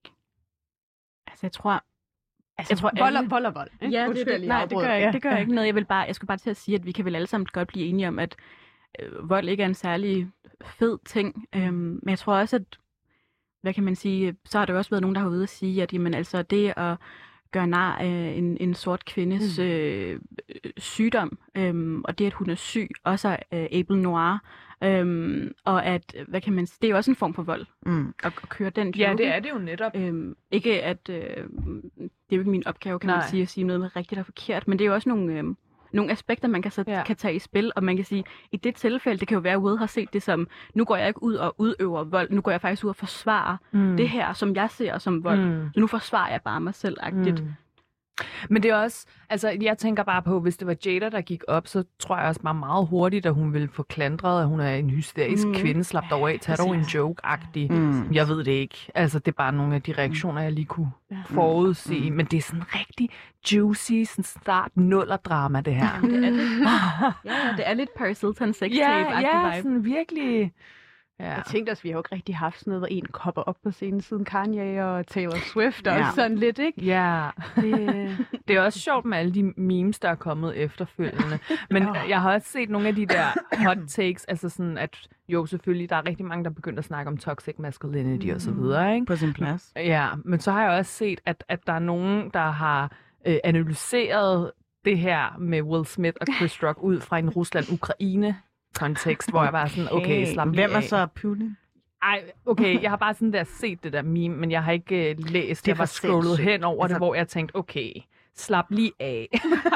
Altså, jeg tror... Altså, jeg tror, vold og vold og vold. Ja, det, det, nej, det gør, ikke, det gør ikke noget. Jeg, vil bare, jeg skulle bare til at sige, at vi kan vel alle sammen godt blive enige om, at øh, vold ikke er en særlig fed ting. Øhm, men jeg tror også, at, hvad kan man sige, så har der også været nogen, der har været ude at sige, at jamen, altså, det at gøre nar af en, en sort kvindes mm. øh, sygdom, øh, og det, at hun er syg, også er øh, able noir, Øhm, og at, hvad kan man sige, det er jo også en form for vold, mm. at, at køre den joke. Ja, det er det jo netop. Øhm, ikke at, øh, det er jo ikke min opgave, kan Nej. man sige, at sige noget med rigtigt og forkert, men det er jo også nogle, øh, nogle aspekter, man kan, så, ja. kan tage i spil, og man kan sige, i det tilfælde, det kan jo være, at Will har set det som, nu går jeg ikke ud og udøver vold, nu går jeg faktisk ud og forsvarer mm. det her, som jeg ser som vold, mm. så nu forsvarer jeg bare mig selv-agtigt. Mm. Men det er også, altså jeg tænker bare på, hvis det var Jada, der gik op, så tror jeg også bare meget hurtigt, at hun ville få klandret, at hun er en hysterisk mm. kvinde, slappet over af, tag dog en joke-agtig. Mm. Jeg ved det ikke. Altså det er bare nogle af de reaktioner, jeg lige kunne forudse, mm. men det er sådan rigtig juicy, sådan start nuller-drama, det her. Ja, det er det. Ja, det er lidt Paris Hilton sex tape-agtig ja, ja, sådan virkelig... Ja. Jeg tænkte også, vi har jo ikke rigtig haft sådan noget, hvor en kopper op på scenen siden Kanye og Taylor Swift og ja. sådan lidt, ikke? Ja. Det, det er også sjovt med alle de memes, der er kommet efterfølgende. Men oh. jeg har også set nogle af de der hot takes, altså sådan, at jo selvfølgelig, der er rigtig mange, der begynder at snakke om toxic masculinity mm. og så videre, ikke? På sin plads. Ja, men så har jeg også set, at, at der er nogen, der har øh, analyseret det her med Will Smith og Chris Rock ud fra en Rusland-Ukraine kontekst, hvor jeg var sådan, okay, slap lige af. Hvem er så Putin? Ej, okay, jeg har bare sådan der set det der meme, men jeg har ikke uh, læst. Jeg var scrollet hen over altså... det, hvor jeg tænkte, okay, slap lige af.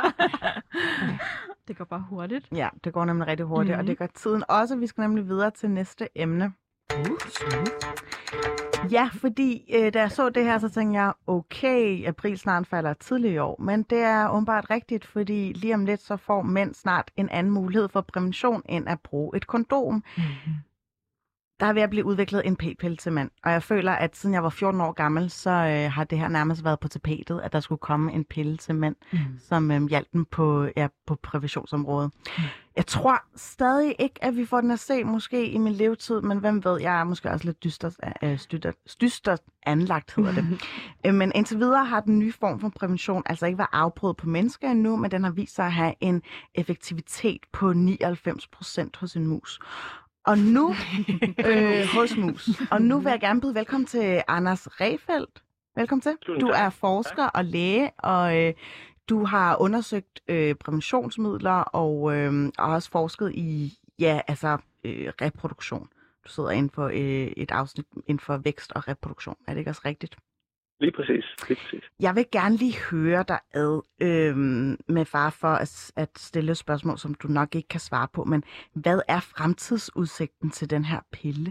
Det går bare hurtigt. Ja, det går nemlig rigtig hurtigt, mm-hmm. og det gør tiden også. Vi skal nemlig videre til næste emne. Uh, Ja, fordi øh, da jeg så det her, så tænkte jeg, okay, april snart falder tidligt i år. Men det er åbenbart rigtigt, fordi lige om lidt, så får mænd snart en anden mulighed for prævention, end at bruge et kondom. Mm-hmm. Der er ved at blive udviklet en p-pille til mænd. Og jeg føler, at siden jeg var fjorten år gammel, så øh, har det her nærmest været på tapetet, at der skulle komme en pille til mænd, mm. som øh, hjalp dem på, ja, på præventionsområdet. Mm. Jeg tror stadig ikke, at vi får den at se, måske i min levetid, men hvem ved, jeg er måske også lidt dystert, øh, stystert, stystert anlagt, hedder det. Mm. Men indtil videre har den nye form for prævention altså ikke været afprøvet på mennesker endnu, men den har vist sig at have en effektivitet på nioghalvfems procent hos en mus. Og nu, øh, hos mus. Og nu vil jeg gerne byde velkommen til Anders Rehfeldt. Velkommen til. Du er forsker og læge, og øh, du har undersøgt øh, præventionsmidler og, øh, og også forsket i ja, altså, øh, reproduktion. Du sidder inden for øh, et afsnit inden for vækst og reproduktion. Er det ikke også rigtigt? Lige præcis. Lige præcis. Jeg vil gerne lige høre dig ad øh, med far for at, at stille et spørgsmål, som du nok ikke kan svare på. Men hvad er fremtidsudsigten til den her pille?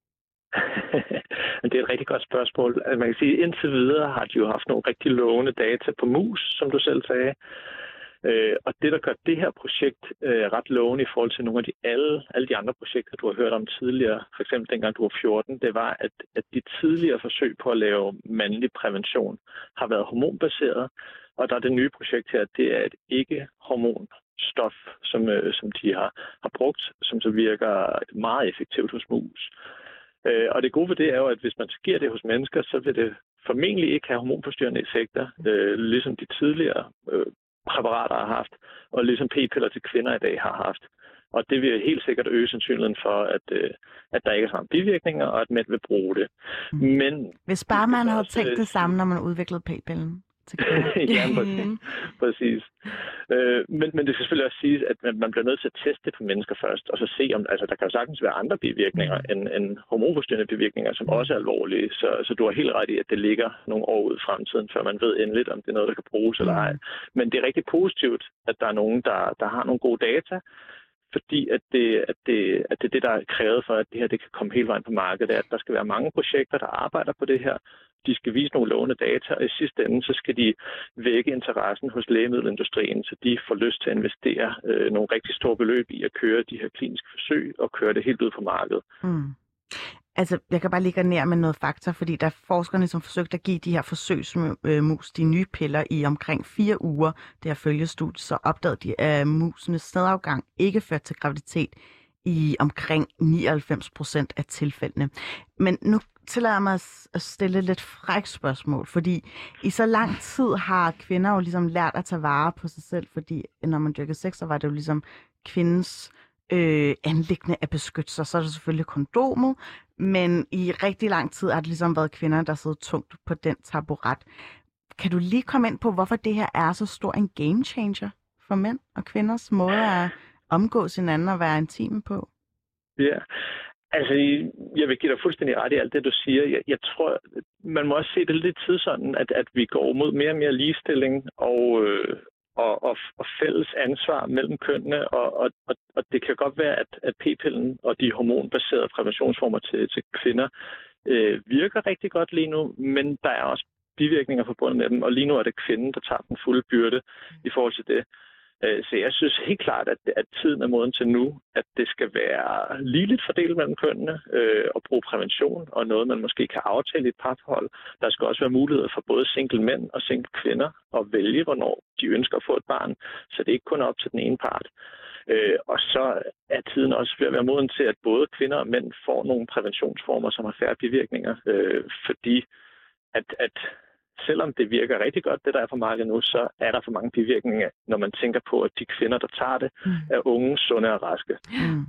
Det er et rigtig godt spørgsmål. Altså, man kan sige, at indtil videre har de jo haft nogle rigtig lovende data på mus, som du selv sagde. Øh, og det, der gør det her projekt øh, ret lovende i forhold til nogle af de alle, alle de andre projekter, du har hørt om tidligere, for eksempel dengang du var fjorten, det var, at, at de tidligere forsøg på at lave mandlig prævention har været hormonbaseret, Og der er det nye projekt her, det er et ikke-hormonstof, som, øh, som de har, har brugt, som så virker meget effektivt hos mus. Øh, og det gode ved det er jo, at hvis man giver det hos mennesker, så vil det formentlig ikke have hormonforstyrrende effekter, øh, ligesom de tidligere øh, præparater har haft, og ligesom p-piller til kvinder i dag har haft. Og det vil helt sikkert øge sandsynligheden for, at, øh, at der ikke er samme bivirkninger, og at mænd vil bruge det. Men hvis bare man havde tænkt det samme, når man udviklede p-pillen til kvinder. Ja, præcis. præcis. Øh, men, men det skal selvfølgelig også siges, at man, man bliver nødt til at teste det på mennesker først, og så se, om altså, der kan jo sagtens være andre bivirkninger end, end hormonforstyrrende bivirkninger, som også er alvorlige. Så, så du har helt ret i, at det ligger nogle år ud i fremtiden, før man ved endeligt, om det er noget, der kan bruges eller ej. Men det er rigtig positivt, at der er nogen, der, der har nogle gode data, fordi at det, at, det, at det er det, der er krævet for, at det her det kan komme hele vejen på markedet, at der skal være mange projekter, der arbejder på det her. De skal vise nogle lovende data, og i sidste ende, så skal de vække interessen hos lægemiddelindustrien, så de får lyst til at investere øh, nogle rigtig store beløb i at køre de her kliniske forsøg og køre det helt ud på markedet. Mm. Altså, jeg kan bare ligge ned med noget fakta, fordi der er forskerne, som forsøgte at give de her forsøgsmus de nye piller i omkring fire uger. Det her følgestudie, så opdagede de, at musenes sædafgang ikke førte til graviditet i omkring nioghalvfems procent af tilfældene. Men nu tillader mig at stille lidt frækt spørgsmål, fordi i så lang tid har kvinder jo ligesom lært at tage vare på sig selv, fordi når man dyrkede sex, så var det jo ligesom kvindens øh, anliggende at beskytte sig. Så er det selvfølgelig kondomet, men i rigtig lang tid har det ligesom været kvinder, der sidder tungt på den taburet. Kan du lige komme ind på, hvorfor det her er så stor en game changer for mænd og kvinders måde at omgås hinanden og være intime på? Ja, altså jeg vil give dig fuldstændig ret i alt det, du siger. Jeg, jeg tror, man må også se det lidt tidsånden, at, at vi går mod mere og mere ligestilling og, øh, og, og, og fælles ansvar mellem kønnene. Og, og, og, og det kan godt være, at, at p-pillen og de hormonbaserede præventionsformer til, til kvinder øh, virker rigtig godt lige nu, men der er også bivirkninger forbundet med dem, og lige nu er det kvinden, der tager den fulde byrde i forhold til det. Så jeg synes helt klart, at, at tiden er moden til nu, at det skal være ligeligt fordelt mellem kønnene øh, og bruge prævention og noget, man måske kan aftale i et parforhold. Der skal også være mulighed for både single mænd og single kvinder at vælge, hvornår de ønsker at få et barn, så det er ikke kun op til den ene part. Øh, og så er tiden også ved at være moden til, at både kvinder og mænd får nogle præventionsformer, som har færre bivirkninger, øh, fordi at, at selvom det virker rigtig godt, det der er på markedet nu, så er der for mange bivirkninger, når man tænker på, at de kvinder, der tager det, mm. er unge, sunde og raske. Mm.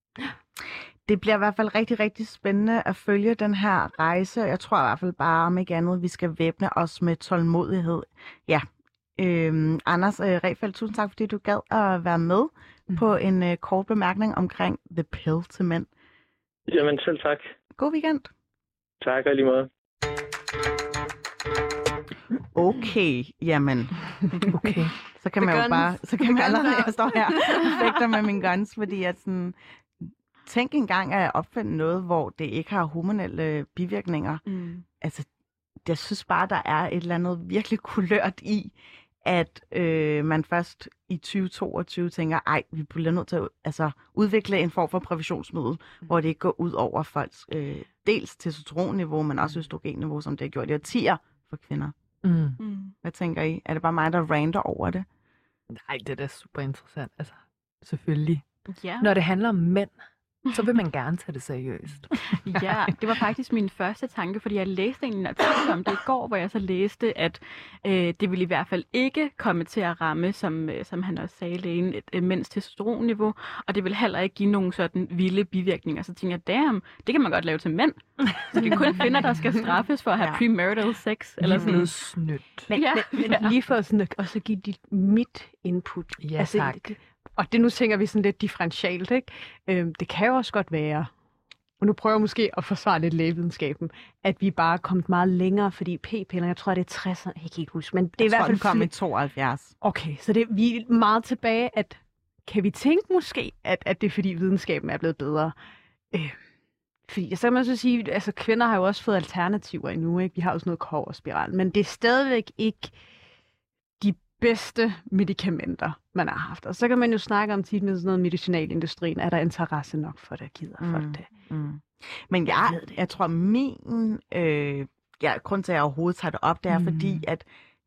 Det bliver i hvert fald rigtig, rigtig spændende at følge den her rejse. Jeg tror i hvert fald bare, om ikke andet, vi skal væbne os med tålmodighed. Ja, øhm, Anders øh, Rehfeldt, tusind tak, fordi du gad at være med mm. på en øh, kort bemærkning omkring The Pill til mænd. Jamen selv tak. God weekend. Tak, og lige måde. Okay, jamen. Okay. Så kan man jo bare, så kan man allerede, jeg står her og fægter med min guns, fordi at sådan, tænk engang at opfinde noget, hvor det ikke har hormonelle bivirkninger. Mm. Altså, jeg synes bare, der er et eller andet virkelig kulørt i, at øh, man først i tyve toogtyve tænker, ej, vi bliver nødt til at altså, udvikle en form for præventionsmiddel, mm. hvor det ikke går ud over folks øh, dels testosteronniveau, men også østrogenniveau, som det har gjort i årtier for kvinder. Mm. Mm. Hvad tænker I? Er det bare mig, der ranter over det? Nej, det er da super interessant. Altså, selvfølgelig. Ja. Når det handler om mænd, så vil man gerne tage det seriøst. Ja, det var faktisk min første tanke, fordi jeg læste en artikel om det i går, hvor jeg så læste, at øh, det ville i hvert fald ikke komme til at ramme, som, øh, som han også sagde, lægen, et, et mænds testosteronniveau, og det vil heller ikke give nogen sådan vilde bivirkninger. Så tænker jeg, damn, det kan man godt lave til mænd. Så det er kun kvinder, der skal straffes for at have ja. premarital sex. Eller sådan noget snydt. Men, ja. men, men lige for sådan at også give dit, mit input. Ja, altså, tak. Det, og det nu tænker vi sådan lidt differentialt, ikke? Øhm, det kan jo også godt være, og nu prøver jeg måske at forsvare lidt lægevidenskaben, at vi bare er kommet meget længere, fordi p-piller, jeg tror, det er tresserne, jeg kan ikke huske, men det er jeg i hvert fald... kom i tooghalvfjerds. Okay, så det, vi er meget tilbage, at kan vi tænke måske, at, at det er fordi videnskaben er blevet bedre? Øh, fordi, så kan man så sige, altså kvinder har jo også fået alternativer endnu, ikke? Vi har jo sådan noget kobberspiral, men det er stadigvæk ikke de bedste medicamenter, man har haft. Og så kan man jo snakke om tit med sådan noget medicinalindustrien. Er der interesse nok for det? Gider folk mm, det? Mm. Men jeg, jeg, jeg tror, min... Øh, ja, grund til, at jeg overhovedet tager det op, det er mm. fordi, at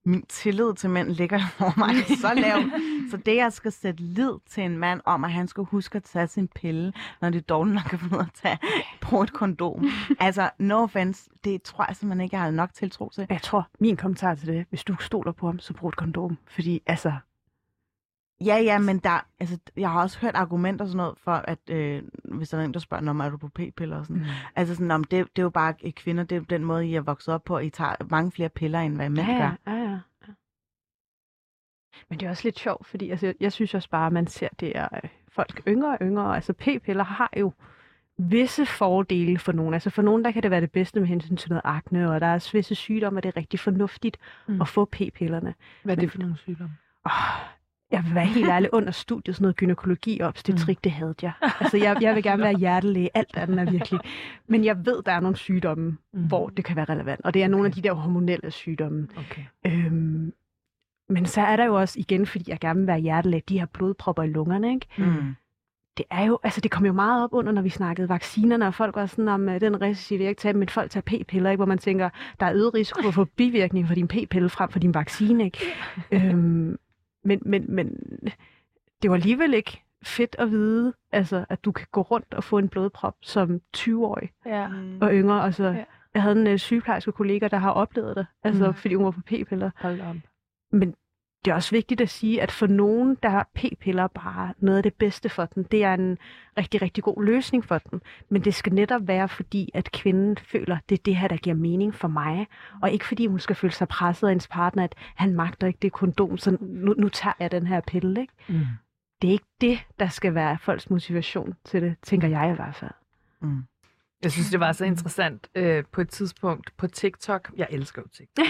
min tillid til mænd ligger over mig så lavt. Så det, jeg skal sætte lid til en mand om, at han skal huske at tage sin pille, når det er dårligt nok at finde ud af at tage, bruge et kondom. Altså, no offense, det tror jeg simpelthen ikke, jeg har nok tiltro til. Jeg tror, min kommentar til det, hvis du stoler på ham, så brug et kondom. Fordi, altså... Ja, ja, men der, altså, jeg har også hørt argumenter og sådan noget for, at øh, hvis der er en, der spørger, om er du på p-piller og sådan. Mm. Altså sådan, om det, det er jo bare kvinder, det er den måde, I er vokset op på, og I tager mange flere piller, end hvad mænd ja, gør. Ja, ja, ja. Men det er også lidt sjovt, fordi altså, jeg synes også bare, at man ser, det er øh, folk yngre og yngre. Altså p-piller har jo visse fordele for nogen. Altså for nogen, der kan det være det bedste med hensyn til noget akne, og der er visse sygdomme, og det er rigtig fornuftigt mm. at få p-pillerne. Hvad er det for nogle sygdomme? Åh, jeg vil være helt ærlig, under studiet, sådan noget gynækologi og obstetrik, mm. det havde jeg. Altså, jeg, jeg vil gerne være hjertelæge, alt andet er virkelig. Men jeg ved, der er nogle sygdomme, mm. hvor det kan være relevant. Og det er okay. nogle af de der hormonelle sygdomme. Okay. Øhm, men så er der jo også, igen, fordi jeg gerne vil være hjertelæge, de her blodpropper i lungerne, ikke? Mm. Det er jo, altså det kom jo meget op under, når vi snakkede vaccinerne, og folk var sådan, om den risici vil jeg ikke tage, men folk tager p-piller, ikke? Hvor man tænker, der er øget risiko for at få bivirkning for din p-pille frem for din vaccine, ikke? øhm, Men, men, men det var alligevel ikke fedt at vide, altså, at du kan gå rundt og få en blodprop som tyve-årig ja. og yngre. Altså, ja. Jeg havde en uh, sygeplejerske kollega, der har oplevet det, altså, mm. fordi hun var på p-piller. Hold op. Men det er også vigtigt at sige, at for nogen, der har p-piller bare noget af det bedste for dem. Det er en rigtig, rigtig god løsning for dem. Men det skal netop være, fordi at kvinden føler, det er det her, der giver mening for mig. Og ikke fordi hun skal føle sig presset af ens partner, at han magter ikke det kondom, så nu, nu tager jeg den her pille. Ikke? Mm. Det er ikke det, der skal være folks motivation til det, tænker jeg i hvert fald. Mm. Jeg synes, det var så interessant øh, på et tidspunkt på TikTok. Jeg elsker jo TikTok.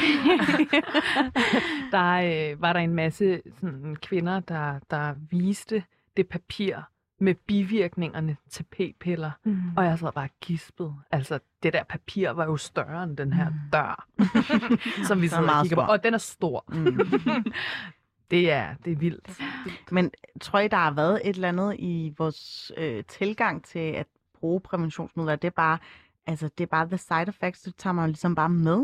der øh, var der en masse sådan, kvinder, der, der viste det papir med bivirkningerne til p-piller. Mm. Og jeg sad bare gispet. Altså, det der papir var jo større end den her dør, som vi sidder og kigger på. Og den er stor. Mm. Det er, det er vildt. Men tror I, der har været et eller andet i vores øh, tilgang til at bruge præventionsmidler? Det er bare, altså, det er bare the side effects, det tager man ligesom bare med?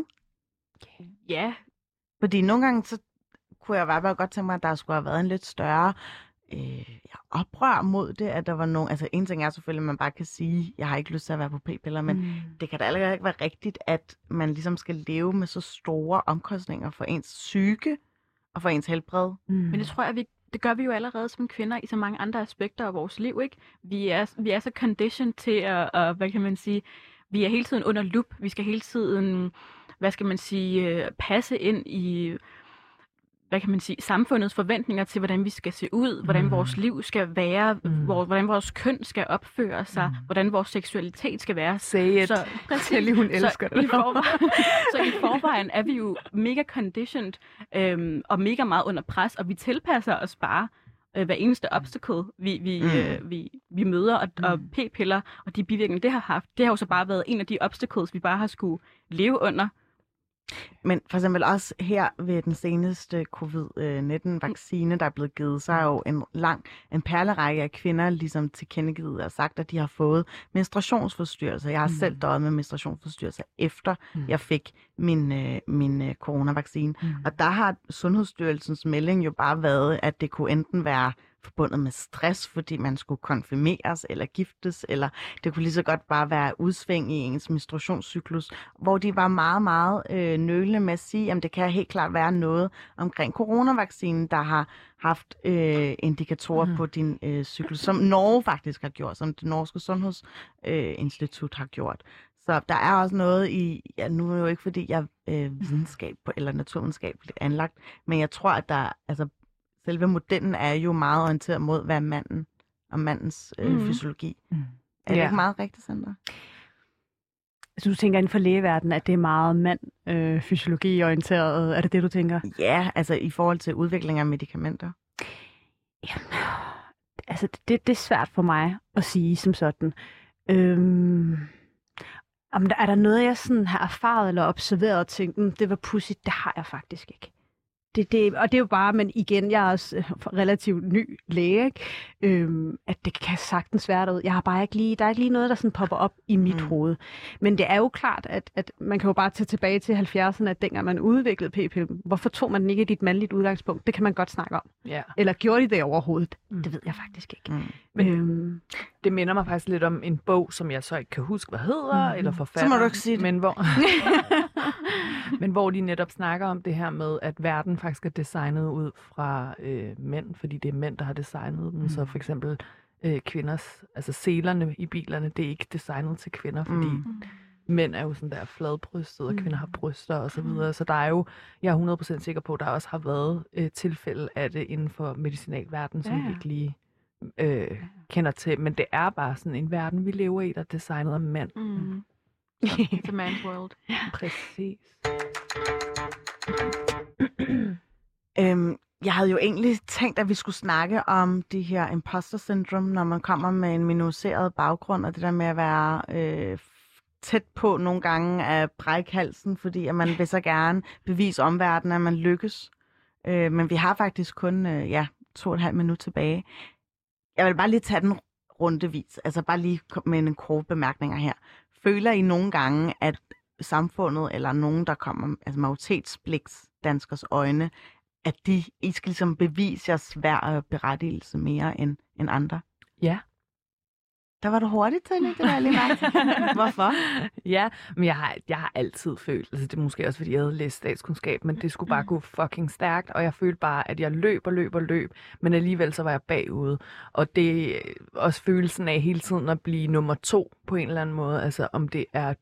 Ja. Fordi nogle gange, så kunne jeg bare godt tænke mig, at der skulle have været en lidt større øh, oprør mod det, at der var nogen, altså en ting er selvfølgelig, at man bare kan sige, jeg har ikke lyst til at være på p-piller, men mm. det kan da allerede ikke være rigtigt, at man ligesom skal leve med så store omkostninger for ens psyke og for ens helbred. Mm. Men det tror jeg, vi det gør vi jo allerede som kvinder i så mange andre aspekter af vores liv, ikke? Vi er, vi er så conditioned til at, at, hvad kan man sige, vi er hele tiden under lup. Vi skal hele tiden, hvad skal man sige, passe ind i, hvad kan man sige, samfundets forventninger til, hvordan vi skal se ud, mm. hvordan vores liv skal være, mm. hvor, hvordan vores køn skal opføre sig, mm. hvordan vores seksualitet skal være. Say it. Så, Tell hun elsker så, det. I forvejen, så i forvejen er vi jo mega conditioned øhm, og mega meget under pres, og vi tilpasser os bare øh, hver eneste obstacle, vi, vi, mm. øh, vi, vi møder, og, mm. og p-piller og de bivirkninger, det har haft, det har jo så bare været en af de obstacles, vi bare har skulle leve under. Men for eksempel også her ved den seneste covid nitten-vaccine, der er blevet givet, så er jo en lang, en perlerække af kvinder ligesom tilkendegivet og sagt, at de har fået menstruationsforstyrrelser. Jeg har mm. selv døjet med menstruationsforstyrrelser, efter mm. jeg fik min, øh, min øh, coronavaccine. Mm. Og der har Sundhedsstyrelsens melding jo bare været, at det kunne enten være forbundet med stress, fordi man skulle konfirmeres eller giftes, eller det kunne lige så godt bare være udsving i ens menstruationscyklus, hvor de var meget, meget øh, nølende med at sige, at det kan helt klart være noget omkring coronavaccinen, der har haft øh, indikatorer mm. på din øh, cyklus, som Norge faktisk har gjort, som det norske sundhedsinstitut øh, har gjort. Så der er også noget i, ja, nu er det jo ikke fordi jeg er øh, videnskab eller naturvidenskabeligt anlagt, men jeg tror, at der, altså selve modellen er jo meget orienteret mod, hvad er manden og mandens øh, mm. fysiologi. Mm. Er det ja. ikke meget rigtigt, Sandra? Så du tænker inden for lægeverdenen, at det er meget mand-fysiologi-orienteret? Øh, er det det, du tænker? Ja, altså i forhold til udvikling af medicamenter. Jamen, altså det, det er svært for mig at sige som sådan. Øhm, om der, er der noget, jeg sådan har erfaret eller observeret og tænkt, mm, det var pudsigt, det har jeg faktisk ikke. det, det, og det er jo bare, men igen, jeg er også relativt ny læge, ikke? Øhm, at det kan sagtens være derude. Jeg har bare ikke lige, der er ikke lige noget, der sådan popper op i mit mm. hoved. Men det er jo klart, at, at man kan jo bare tage tilbage til halvfjerdserne, at dengang man udviklede p-pillen, hvorfor tog man den ikke i dit mandligt udgangspunkt? Det kan man godt snakke om. Yeah. Eller gjorde de det overhovedet? Mm. Det ved jeg faktisk ikke. Mm. Men øhm. det minder mig faktisk lidt om en bog, som jeg så ikke kan huske, hvad hedder, mm. eller forfatter. Så må du ikke sige det. Men hvor, men hvor de netop snakker om det her med, at verden faktisk er designet ud fra øh, mænd, fordi det er mænd, der har designet dem. Mm. Så for eksempel øh, kvinders, altså selerne i bilerne, det er ikke designet til kvinder, fordi mm. mænd er jo sådan der fladbrystet, og kvinder har bryster og så videre. Så der er jo, jeg er hundrede procent sikker på, at der også har været øh, tilfælde af det inden for medicinalverdenen, som ja. vi ikke lige øh, kender til. Men det er bare sådan en verden, vi lever i, der er designet af mænd. Mm. It's a man's world. Ja. Præcis. øhm, jeg havde jo egentlig tænkt, at vi skulle snakke om de her imposter syndrome, når man kommer med en minoriseret baggrund, og det der med at være øh, tæt på nogle gange at brække halsen, fordi at man vil så gerne bevise omverdenen, at man lykkes. Øh, men vi har faktisk kun øh, ja, to og et halvt minut tilbage. Jeg vil bare lige tage den rundevis, altså bare lige med en kort bemærkninger her. Føler I nogle gange, at samfundet eller nogen, der kommer, altså majoritetsbliks danskers øjne, at de, I skal ligesom bevise jeres værd og berettigelse mere end, end andre? Ja. Der var du hurtigt til det, det der lige mærke. Hvorfor? Ja, men jeg har, jeg har altid følt, altså det er måske også, fordi jeg havde læst statskundskab, men det skulle bare gå fucking stærkt, og jeg følte bare, at jeg løb og løb og løb, men alligevel så var jeg bagude. Og det er også følelsen af hele tiden at blive nummer to på en eller anden måde, altså om det er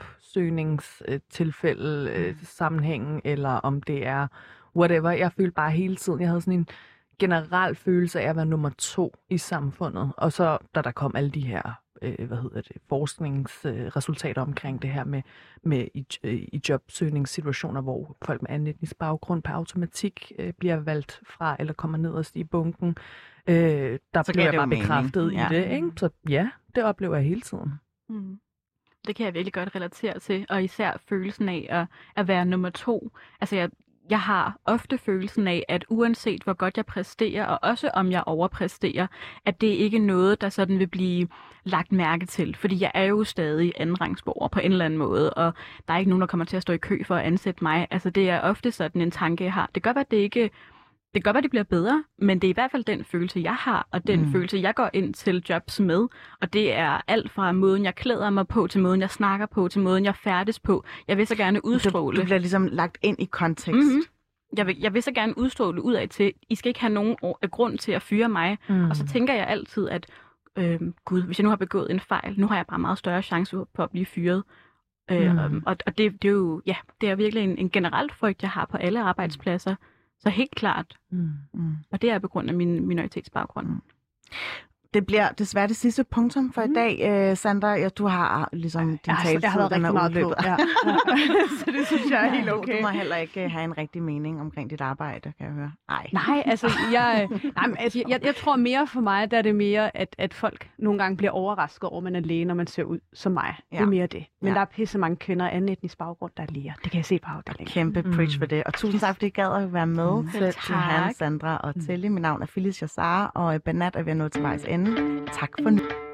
jobsøgningstilfælde, øh, sammenhængen, eller om det er whatever. Jeg følte bare hele tiden, jeg havde sådan en generel følelse af at være nummer to i samfundet. Og så, da der kom alle de her, øh, hvad hedder det, forskningsresultater øh, omkring det her med, med i, øh, i jobsøgningssituationer, hvor folk med anden etnisk baggrund per automatik øh, bliver valgt fra, eller kommer nederst i bunken, øh, der bliver jeg bare bekræftet mening. i ja. det. Ikke? Så ja, det oplever jeg hele tiden. Mm. Det kan jeg virkelig godt relatere til, og især følelsen af at, at være nummer to. Altså jeg Jeg har ofte følelsen af, at uanset hvor godt jeg præsterer, og også om jeg overpræsterer, at det ikke er noget, der sådan vil blive lagt mærke til. Fordi jeg er jo stadig andenrangsborger på en eller anden måde, og der er ikke nogen, der kommer til at stå i kø for at ansætte mig. Altså det er ofte sådan en tanke, jeg har. Det kan godt være, at det ikke... Det kan godt være, det bliver bedre, men det er i hvert fald den følelse, jeg har, og den mm. følelse, jeg går ind til jobs med. Og det er alt fra måden, jeg klæder mig på, til måden, jeg snakker på, til måden, jeg færdes på. Jeg vil så gerne udstråle. Det bliver ligesom lagt ind i kontekst. Mm-hmm. Jeg vil, jeg vil så gerne udstråle ud af til, I skal ikke have nogen grund til at fyre mig. Mm. Og så tænker jeg altid, at øh, gud, hvis jeg nu har begået en fejl, nu har jeg bare meget større chance for at blive fyret. Mm. Øh, og og det, det er jo, ja, det er virkelig en, en generel frygt, jeg har på alle arbejdspladser. Så helt klart. Mm. Mm. Og det er på grund af min minoritetsbaggrund. Mm. Det bliver desværre det sidste punktum for mm. i dag. Uh, Sandra, ja, du har ligesom din ja, taletid, jeg har været rigtig meget på. Ja. Så det synes jeg er helt okay. Du må heller ikke have en rigtig mening omkring dit arbejde, kan jeg høre. Ej. Nej, altså, jeg, nej, altså jeg, jeg tror mere for mig, der er det mere, at, at folk nogle gange bliver overrasket over, at man er læge, når man ser ud som mig. Ja. Det er mere det. Men ja. der er pisse mange kvinder af anden etnisk baggrund, der er læger. Det kan jeg se på afdelingen. Kæmpe mm. preach for det. Og tusind tak, fordi I gad at være med mm. til, til Hans, Sandra og Tilly. Mit navn er Phyllis Jassar, og Banat er ved at nå til vejs ende. Tak for nu.